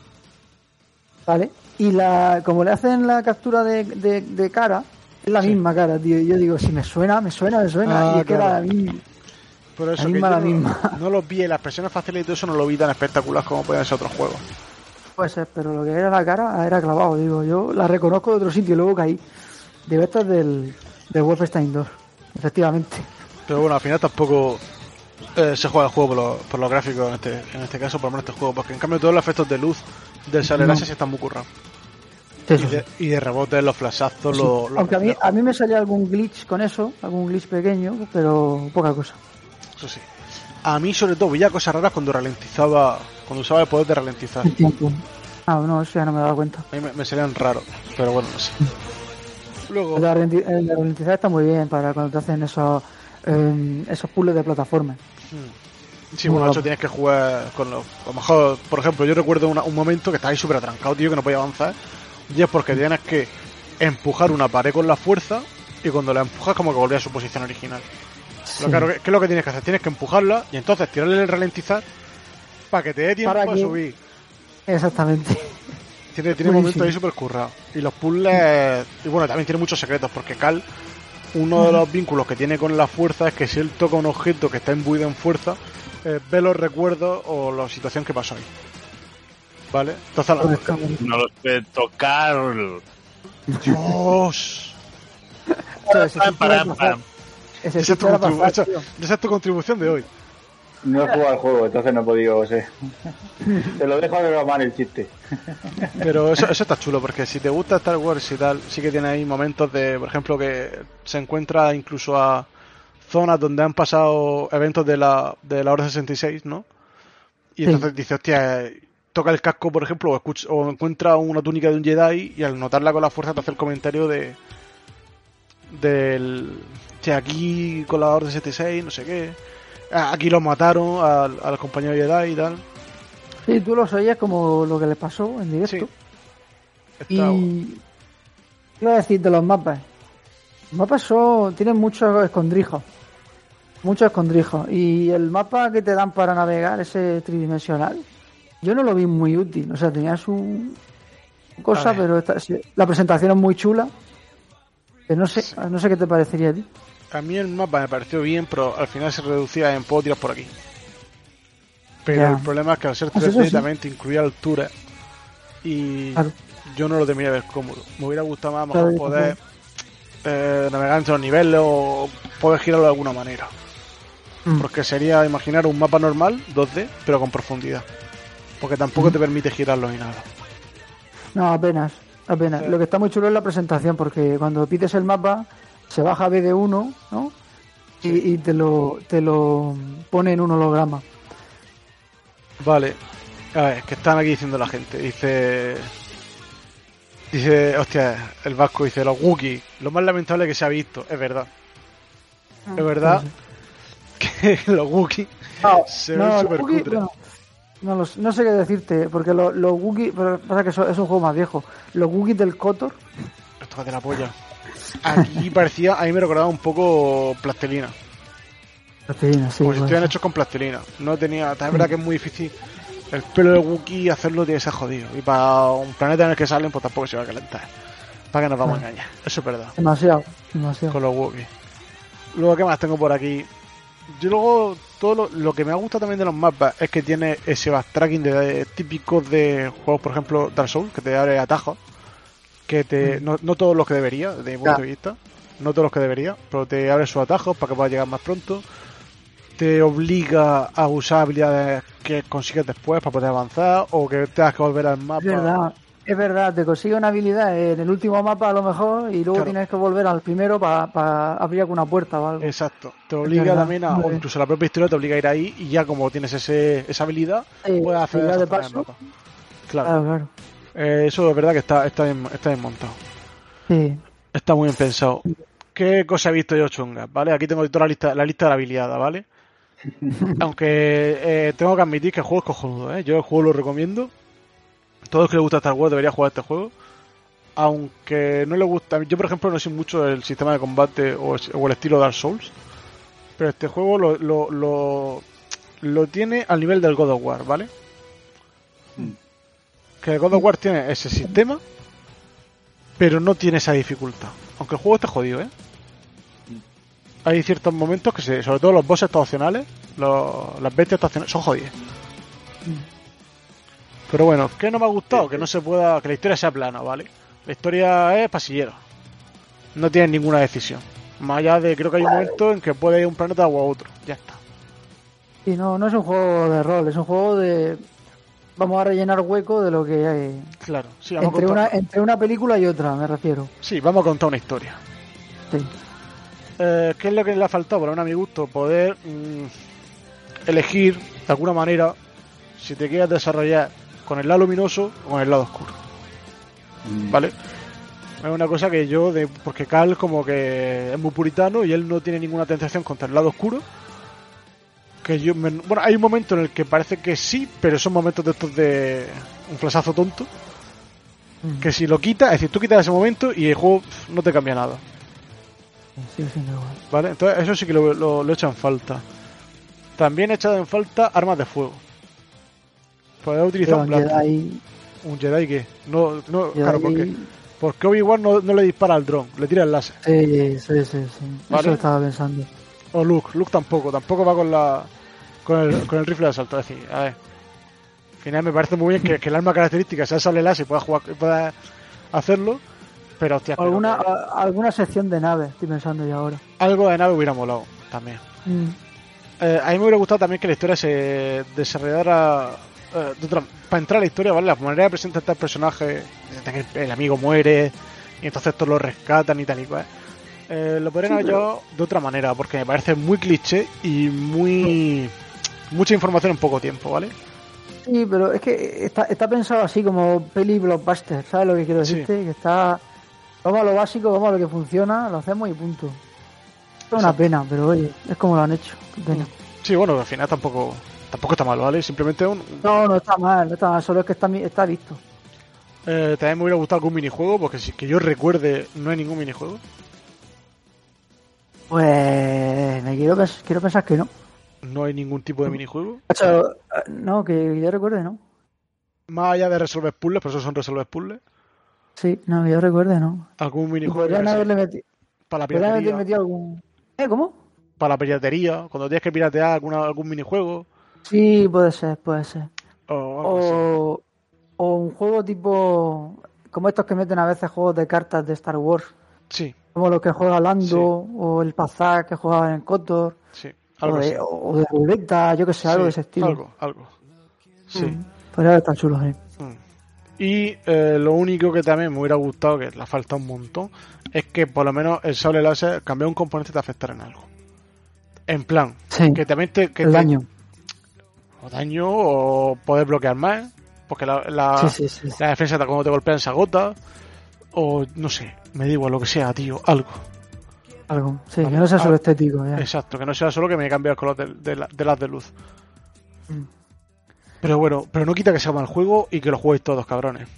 ¿Vale? Y la como le hacen la captura de, de, de cara, es la sí. misma cara, tío. Y yo digo, si me suena, me suena, me suena, ah, y es claro. que era la misma. Pero eso la que misma, yo la no, misma. No lo vi, las expresiones faciales y todo eso no lo vi tan espectacular como pueden ser otros juegos. Puede ser, pero lo que era la cara era clavado, digo. Yo la reconozco de otro sitio y luego caí. De estas del, del Wolfenstein dos, efectivamente. Pero bueno, al final tampoco eh, se juega el juego por, lo, por los gráficos en este, en este caso, por lo menos este juego, porque en cambio todos los efectos de luz del sable láser no. sí están muy currados. Sí, y, de, y de rebotes, los flashazos, sí. los, los aunque a mí, a mí me salía algún glitch con eso, algún glitch pequeño, pero poca cosa. Eso sí. A mí sobre todo veía cosas raras cuando ralentizaba, cuando usaba el poder de ralentizar. El tiempo. Ah, no, eso ya no me daba cuenta. A mí me, me salían raros, pero bueno, no sé. Luego... El de, ralentizar, el de ralentizar está muy bien para cuando te hacen esos, eh, esos puzzles de plataforma. Sí, bueno, eso tienes que jugar con los... A lo mejor, por ejemplo, yo recuerdo una, un momento que estaba ahí súper atrancado, tío, que no podía avanzar. Y es porque tienes que empujar una pared con la fuerza y cuando la empujas como que volvía a su posición original. Sí. Pero claro, ¿qué, ¿qué es lo que tienes que hacer? Tienes que empujarla y entonces tirarle el ralentizar para que te dé tiempo a subir. Exactamente. Tiene, tiene momentos ahí súper currados. Y los puzzles... Y bueno, también tiene muchos secretos porque Cal, uno de los vínculos que tiene con la fuerza es que si él toca un objeto que está imbuido en fuerza, eh, ve los recuerdos o la situación que pasó ahí. ¿vale? Entonces, la... no lo sé tocar. Dios. Esa es tu contribu- esa, esa es tu contribución de hoy. No he jugado al juego, entonces no he podido, sé. Te lo dejo de bromar el chiste. Pero eso, eso está chulo, porque si te gusta Star Wars y tal, sí que tiene ahí momentos de, por ejemplo, que se encuentra incluso a zonas donde han pasado eventos de la, de la Orden sesenta y seis, ¿no? Y entonces sí. dice, hostia, toca el casco, por ejemplo, o, escucha, o encuentra una túnica de un Jedi y al notarla con la fuerza te hace el comentario de del... Hostia, aquí con la Orden sesenta y seis, no sé qué... Aquí lo mataron al, al compañero Jedi y tal. Sí, tú los oías como lo que les pasó en directo. Sí. Y iba a decir de los mapas. Los mapas son, tienen muchos escondrijos. Muchos escondrijos. Y el mapa que te dan para navegar, ese tridimensional, yo no lo vi muy útil. O sea, tenía su cosa, pero esta, la presentación es muy chula. Pero no sé, sí. no sé qué te parecería a ti. A mí el mapa me pareció bien, pero al final se reducía en puedo tirar por aquí. Pero ya. El problema es que al ser tres D también te incluía altura y claro. yo no lo terminé de ver cómodo. Me hubiera gustado más claro, mejor poder eh, navegar entre los niveles o poder girarlo de alguna manera. Mm. Porque sería imaginar un mapa normal, dos D, pero con profundidad. Porque tampoco mm. te permite girarlo ni nada. No, apenas, apenas. Sí. Lo que está muy chulo es la presentación, porque cuando pides el mapa se baja B D uno, ¿no? Sí. Y, y te lo te lo pone en un holograma. Vale. A ver, que están aquí diciendo la gente. Dice... Dice... Hostia, el vasco dice, los Wookiees, lo más lamentable que se ha visto. Es verdad. Ah, es verdad sí. que los Wookiees no, se no, ven súper cutres. Bueno, no, los, no sé qué decirte, porque los, los Wookiees... Pero pasa que eso, es un juego más viejo. Los Wookiees del KOTOR... Esto es de la polla. Aquí parecía, a mí me recordaba un poco plastilina. Plastilina, sí. Como si estuvieran hechos con plastilina. No tenía, también es verdad que es muy difícil. El pelo de Wookiee hacerlo tiene que ser jodido. Y para un planeta en el que salen, pues tampoco se va a calentar. Para que nos vamos ah. a engañar. Eso es verdad. Demasiado, demasiado. Con los Wookiees. Luego, ¿qué más tengo por aquí? Yo luego, todo lo, lo que me gusta también de los mapas es que tiene ese backtracking de, de, típico de juegos, por ejemplo, Dark Souls, que te abre atajos. Que te no, no todos los que debería, desde mi punto de vista, no todos los que debería, pero te abre sus atajos para que puedas llegar más pronto, te obliga a usar habilidades que consigues después para poder avanzar o que tengas que volver al mapa. Es verdad, es verdad, te consigue una habilidad en el último mapa a lo mejor y luego claro. tienes que volver al primero para pa abrir alguna puerta o algo. Exacto, te obliga también a, o incluso la propia historia te obliga a ir ahí y ya como tienes ese esa habilidad, sí, puedes hacer de paso. El mapa. Claro, claro. claro. Eh, eso es verdad que está, está, bien, está bien montado. Sí. Está muy bien pensado. ¿Qué cosa he visto yo chunga? ¿Vale? Aquí tengo toda la lista, la lista de la habilidad, ¿vale? Aunque eh, tengo que admitir que el juego es cojonudo, ¿eh? Yo el juego lo recomiendo. Todos los que les gusta Star Wars deberían jugar este juego. Aunque no le gusta... Yo, por ejemplo, no sé mucho el sistema de combate o, o el estilo Dark Souls. Pero este juego lo, lo, lo, lo tiene al nivel del God of War, ¿vale? Que el God of War tiene ese sistema, pero no tiene esa dificultad. Aunque el juego está jodido, ¿eh? Hay ciertos momentos que, se, sobre todo los bosses opcionales, los, las bestias opcionales, son jodidas. Pero bueno, ¿qué no me ha gustado? Que no se pueda, que la historia sea plana, ¿vale? La historia es pasillero. No tiene ninguna decisión. Más allá de, creo que hay un momento en que puede ir a un planeta o a otro. Ya está. Y no, no es un juego de rol, es un juego de... Vamos a rellenar hueco de lo que hay. Claro, sí, vamos entre, a una, entre una película y otra, me refiero. Sí, vamos a contar una historia. Sí. Eh, ¿Qué es lo que le ha faltado? Por a mi gusto, poder mmm, elegir de alguna manera si te quieres desarrollar con el lado luminoso o con el lado oscuro. Mm. ¿Vale? Es una cosa que yo, de, porque Cal como que es muy puritano y él no tiene ninguna tentación contra el lado oscuro. Que yo me, bueno, hay un momento en el que parece que sí, pero son momentos de estos de un flashazo tonto. Mm. Que si lo quitas, es decir, tú quitas ese momento y el juego pff, no te cambia nada. Sí, sí, no. Vale, entonces eso sí que lo, lo, lo he echado en falta. También he echado en falta armas de fuego. Poder utilizar un blanco. Jedi... ¿Un Jedi qué? No, no, Jedi... claro, porque, porque Obi-Wan no, no le dispara al dron, le tira el láser. Sí, sí, sí, sí. ¿Vale? Eso estaba pensando. O Luke, Luke tampoco, tampoco va con la con el, con el rifle de asalto. Es decir, a ver, final me parece muy bien que, que el arma característica sea sable láser y puedas jugar, puedas hacerlo, pero hostia, alguna pero que... a, alguna sección de nave, estoy pensando ya ahora. Algo de nave hubiera molado también. Mm. Eh, a mí me hubiera gustado también que la historia se desarrollara eh, de otra, para entrar a la historia, ¿vale? La manera de presentar este personaje, el, el amigo muere y entonces todos lo rescatan y tal y cual. Eh, lo podrían haber llevado de otra manera, porque me parece muy cliché y muy mucha información en poco tiempo, ¿vale? Sí, pero es que está, está pensado así como peli blockbuster, ¿sabes lo que quiero decirte? Sí. Que está, vamos a lo básico, vamos a lo que funciona, lo hacemos y punto. Es una Exacto. pena, pero oye, es como lo han hecho. Qué pena. Sí, bueno, al final tampoco tampoco está mal, ¿vale? Simplemente un... No, no está mal, no está mal, solo es que está, está visto. Eh, también me hubiera gustado algún minijuego, porque si que yo recuerde, no hay ningún minijuego. Pues me quiero, pens- quiero pensar que no. No hay ningún tipo de minijuego. Hecho, no, que yo recuerde, no. Más allá de resolver puzzles, pero esos son resolver puzzles. Sí, no, que yo recuerde, no. Algún minijuego. Podrían haberle metido. Para la Podrían piratería. haberle metido algún. ¿Eh? ¿Cómo? Para la piratería, cuando tienes que piratear alguna, algún minijuego. Sí, puede ser, puede ser. O, o, o un juego tipo. Como estos que meten a veces juegos de cartas de Star Wars. Sí. Como los que juega Lando, sí. O el Pazak que jugaba en Kotor. Sí. Algo o, de, o de Ruleta, yo que sé, sí, algo de ese estilo. Algo, algo. Sí. Mm, podría estar chulo, sí. Mm. Y eh, lo único que también me hubiera gustado, que le falta un montón, es que por lo menos el sable láser cambiar un componente te afectara en algo. En plan, sí. que también te... Que el te, daño. O daño, o poder bloquear más, porque la, la, sí, sí, sí, sí. la defensa cuando te golpean se agota, o no sé, me da igual lo que sea, tío, algo. Algo, sí, ¿vale? Que no sea solo estético. Ya. Exacto, que no sea solo que me cambie el color de, de, la, de las de luz. Mm. Pero bueno, pero no quita que sea mal juego y que lo juguéis todos, cabrones.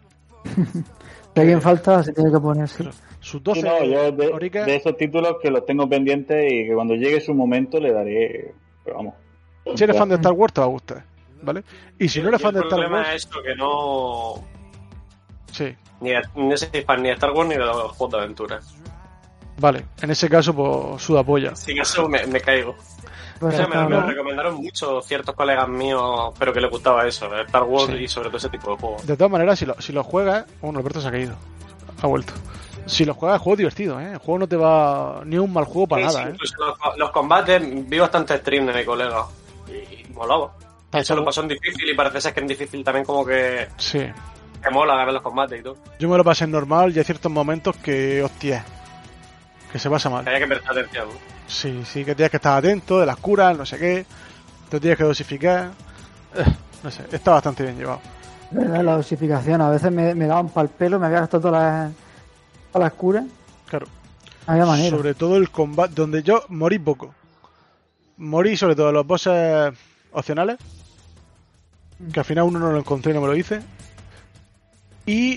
Si alguien falta, se tiene que poner, sí. Sus doce sí, no, yo de, orica... de esos títulos que los tengo pendientes y que cuando llegue su momento le daré. Pero vamos. Si eres fan de Star Wars, te va a gustar, ¿vale? Y si no eres fan de Star Wars. El problema es esto, que no. Sí. Ni de, no soy fan ni de Star Wars ni de los juegos de aventura. Vale, en ese caso, pues suda polla. Sin eso me, me caigo. Pues o sea, me, me lo recomendaron mucho ciertos colegas míos, pero que les gustaba eso, Star Wars sí. Y sobre todo ese tipo de juegos. De todas maneras, si lo, si lo juegas... Bueno, Alberto se ha caído. Ha vuelto. Si lo juegas, el juego es divertido, ¿eh? El juego no te va... Ni un mal juego para sí, nada, sí, ¿eh? Los, los combates, vi bastante stream de mi colega. Y, y molaba. Eso lo pasó en difícil y parece ser que en difícil también como que... Sí. Que mola ver los combates y todo. Yo me lo pasé en normal y hay ciertos momentos que, hostia... Que se pasa mal. Hay que prestar atención, ¿no? Sí, sí, que tienes que estar atento de las curas, no sé qué. Te tienes que dosificar. Eh, no sé, está bastante bien llevado. ¿Verdad? La dosificación, a veces me, me daban pa'l pelo, me había gastado todas las, todas las curas. Claro. No había manera. Sobre todo el combate, donde yo morí poco. Morí sobre todo en los bosses opcionales. Que al final uno no lo encontré y no me lo hice. Y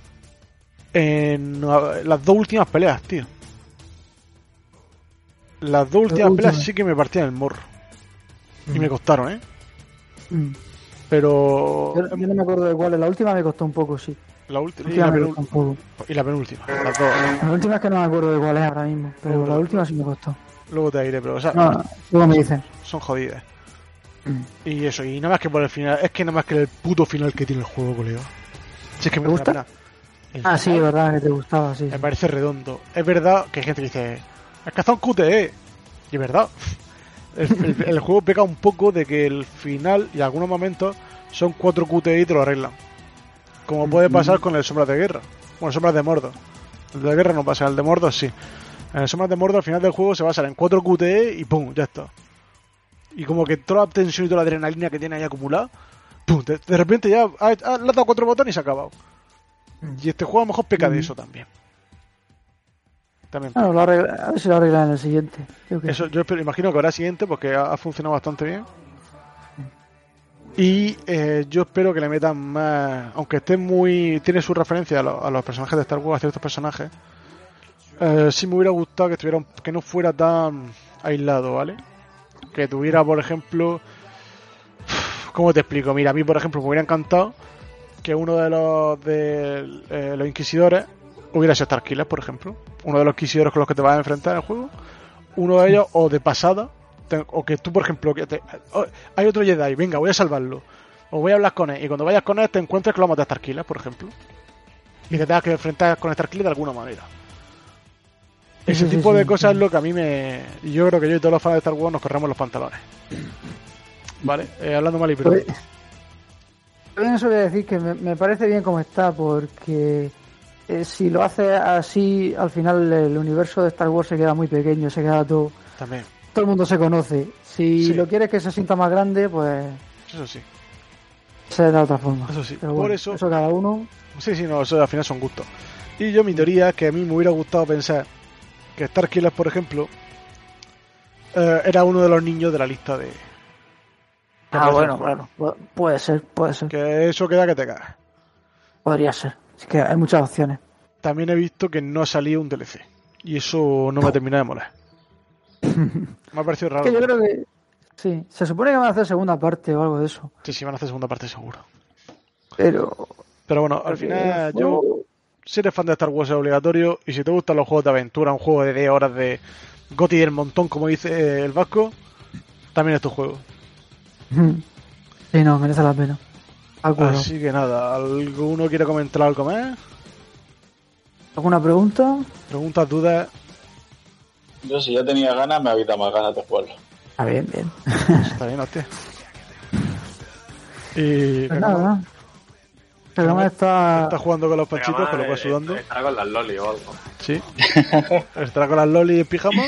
en las dos últimas peleas, tío. Las dos últimas la peleas sí que me partían el morro. Mm. Y me costaron, ¿eh? Mm. Pero... Yo, yo no me acuerdo de cuál. La última me costó un poco, sí. La última y, la penúltima. Y la penúltima. Las dos. La última es que no me acuerdo de cuál es ahora mismo. Pero luego, la última sí me costó. Luego te diré, pero... O sea, no, no, luego me dicen. Son jodidas. Mm. Y eso, y nada más que por el final... Es que nada más que el puto final que tiene el juego, colega. Si es que me gusta. Pena. Ah, sí, es verdad que te gustaba, sí. Me sí. parece redondo. Es verdad que hay gente que dice... Es que está un Q T E. Y es verdad. El, el, el juego peca un poco de que el final y algunos momentos son cuatro Q T E y te lo arreglan. Como puede pasar con el Sombras de Guerra. Bueno, Sombras de Mordor. El de Guerra no pasa, el de Mordor sí. En el Sombras de Mordor al final del juego se basa en cuatro Q T E y pum, ya está. Y como que toda la tensión y toda la adrenalina que tiene ahí acumulada, pum, de, de repente ya ha, ha, le has dado cuatro botones y se ha acabado. Y este juego a lo mejor peca de eso también. También. Ah, lo arregla, a ver si lo arreglan en el siguiente. Yo, Eso, yo espero, imagino que habrá siguiente porque ha, ha funcionado bastante bien. Y eh, yo espero que le metan más, aunque esté muy, tiene su referencia a, lo, a los personajes de Star Wars, a ciertos personajes. Eh, sí me hubiera gustado que estuviera, que no fuera tan aislado, ¿vale? Que tuviera, por ejemplo, ¿cómo te explico? Mira, a mí, por ejemplo, me hubiera encantado que uno de los de eh, los inquisidores hubiera sido Starkiller, por ejemplo. Uno de los inquisidores con los que te vas a enfrentar en el juego. Uno de ellos, o de pasada, te, o que tú, por ejemplo, que te, oh, hay otro Jedi, venga, voy a salvarlo. O voy a hablar con él. Y cuando vayas con él te encuentres que lo matas a Starkiller, por ejemplo. Y te tengas que enfrentar con Starkiller de alguna manera. Ese Sí, tipo sí, de sí, cosas sí. es lo que a mí me... Yo creo que yo y todos los fans de Star Wars nos corremos los pantalones. Vale, eh, hablando mal y pero... Pues, también eso voy a decir que me, me parece bien como está, porque eh, si lo hace así, al final el universo de Star Wars se queda muy pequeño, se queda todo... También, Todo el mundo se conoce. Si Sí. lo quieres que se sienta más grande, pues eso sí. se da de otra forma. Eso sí, Pero por bueno, eso- eso cada uno... Sí, sí, no, eso al final son gustos. Y yo mi teoría es que a mí me hubiera gustado pensar que Starkiller, por ejemplo, eh, era uno de los niños de la lista de... que Ah, aparece en bueno, el juego. claro. Pu- Puede ser, puede ser. Que eso queda que te cagas. Podría ser. Es que hay muchas opciones. También he visto que no ha salido un D L C. Y eso no me termina de molar. Me ha parecido raro. Que yo creo que... Sí, se supone que van a hacer segunda parte o algo de eso. Sí, sí, van a hacer segunda parte seguro. Pero... Pero bueno, al porque final el yo... juego- Si eres fan de Star Wars es obligatorio. Y si te gustan los juegos de aventura, un juego de diez horas de Goti del montón, como dice el Vasco, también es tu juego. Sí, no, merece la pena. Acuerdo. Así que nada, ¿alguno quiere comentar algo más? ¿Alguna pregunta? Preguntas, dudas. Yo si ya tenía ganas, me había dado más ganas de jugarlo. Ah, bien, bien. Está bien, hostia. Y Pues nada. El programa está... está jugando con los panchitos, con lo cual sudando. Estará con las loli o algo. Sí. Estará con las loli en pijama.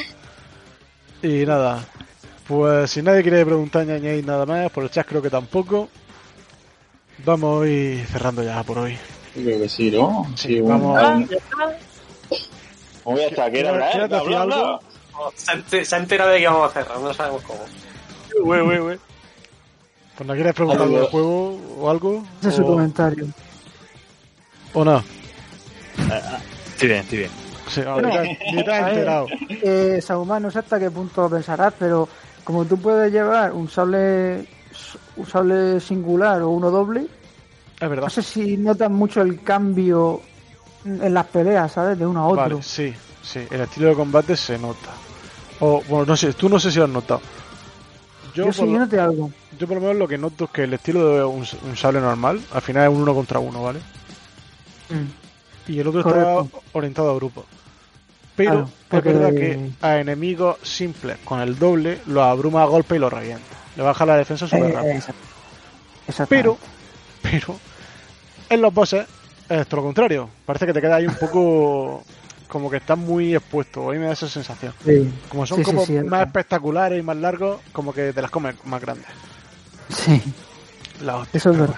Y nada. Pues si nadie quiere preguntar ni añadir nada más, por el chat creo que tampoco. Vamos a ir cerrando ya por hoy. Yo creo que sí, ¿no? Sí, bueno. vamos. Ah, ¿Cómo ya está? ¿Qué era, ¿Quieres- quieres eh? decir Habla, algo? habla. Se ha enter- se ha enterado de que vamos a cerrar, no sabemos cómo. Güey, güey, güey. Pues no quieres preguntar algo Algo. del juego o algo. Ese es su o, comentario. o no. Estoy bien, estoy bien. Sí, no, Bueno, ni te, ni te has a ver, enterado. Eh, Saumar, no sé hasta qué punto lo pensarás, pero como tú puedes llevar un sable un sable singular o uno doble, Es verdad. no sé si notas mucho el cambio en las peleas, ¿sabes? De uno a otro. Vale, sí, sí. El estilo de combate se nota. O, bueno, no sé, tú no sé si lo has notado. Yo, Yo sí, por, yo lo, noté algo. yo por lo menos lo que noto es que el estilo de un, un sable normal, al final es un uno contra uno, ¿vale? Mm. Y el otro Correcto. está orientado a grupo. Pero Claro, es porque- verdad que a enemigos simples con el doble los abruma a golpe y los revienta. Le baja la defensa súper Eh, rápido. exacto. Exactamente. Pero, pero, en los bosses es todo lo contrario. Parece que te queda ahí un poco como que estás muy expuesto. A mí me da esa sensación. Sí, Como son Sí, sí, como sí, es más verdad. espectaculares y más largos, como que te las comes más grandes. sí, La hostia, eso es pero verdad.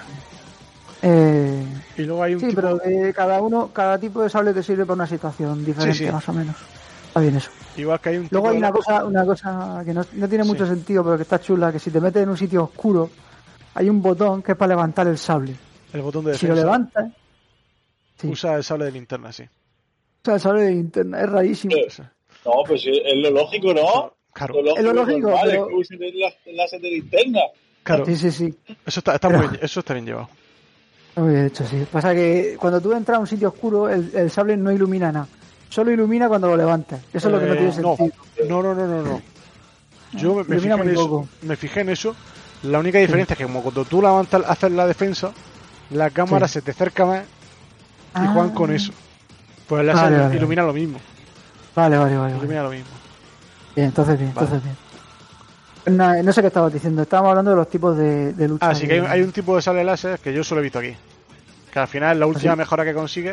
Eh, bueno. Y luego hay un sí, tipo... pero eh, cada uno, cada tipo de sable te sirve para una situación diferente, Sí, sí. más o menos. Está bien eso. Igual que hay un tipo Luego hay de- una cosa, una cosa que no, no tiene Sí. mucho sentido, pero que está chula, que si te metes en un sitio oscuro, hay un botón que es para levantar el sable. el botón de Si lo defensa. levantas, sí. Usa el sable de linterna, sí. o sea, el sable de linterna, es rarísimo. Eh, No, pues es es lo lógico, ¿no? Claro, Es lo lógico, normal, pero- es que usen el láser de linterna. claro. Sí, sí, sí. Eso está, está Pero- muy, eso está bien llevado. Está muy bien hecho, sí. Pasa que cuando tú entras a un sitio oscuro, el, el sable no ilumina nada. Solo ilumina cuando lo levantas. Eso es lo que no Eh, tiene sentido. No, no, no, no, no. Yo me, me Ilumina fijé en muy eso. poco. Me fijé en eso. La única diferencia es que como cuando tú levantas, haces la defensa, la cámara Sí. se te acerca más y Ah. juegan con eso. Pues el láser Vale, vale, ilumina lo mismo. Vale, vale, vale. vale. Ilumina lo mismo. Bien, entonces bien, Vale. entonces bien. No, no sé qué estabas diciendo. Estábamos hablando de los tipos de, de lucha. Ah, sí que hay, de- hay un tipo de sable láser que yo solo he visto aquí. Que al final es la última sí? mejora que consigue.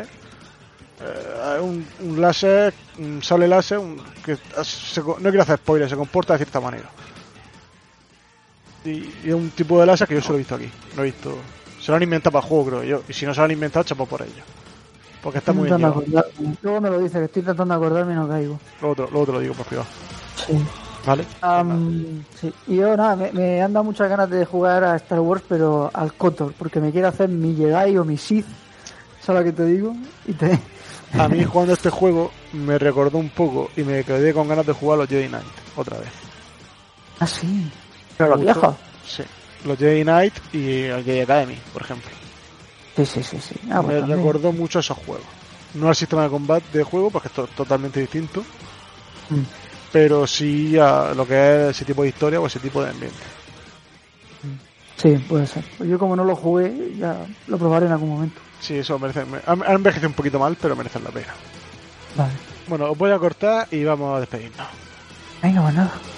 Eh, un, un láser, un sable láser, un- que se co- no quiero hacer spoilers, se comporta de cierta manera. Y, y es un tipo de láser que yo solo he visto aquí. No he visto. Se lo han inventado para el juego, creo yo. Y si no se lo han inventado, chapo por ello. Porque está Estoy muy bien intentando llevado. acordarme. Luego me lo dice, que estoy intentando acordarme y no caigo. Luego te, luego te lo digo por privado. Sí. ¿Vale? Am, sí. Y yo, nada, me, me han dado muchas ganas de jugar a Star Wars, pero al KOTOR, porque me quiero hacer mi Jedi o mi Sith. ¿Sabes lo que te digo? Y te... A mí jugando este juego me recordó un poco y me quedé con ganas de jugar los Jedi Knight otra vez. Ah, sí. Pero los Me gustó. viejos. Sí. Los Jedi Knight y el Jedi Academy, por ejemplo. Sí, sí, sí, sí. Ah, pues me también. recordó mucho a esos juegos. No al sistema de combate de juego, porque esto es totalmente distinto, Mm. pero sí a lo que es ese tipo de historia o ese tipo de ambiente. Sí, puede ser. Pues yo como no lo jugué, ya lo probaré en algún momento. Sí, eso merece. Ha ha envejecido un poquito mal, pero merece la pena. Vale. Bueno, os voy a cortar y vamos a despedirnos. Venga, pues nada.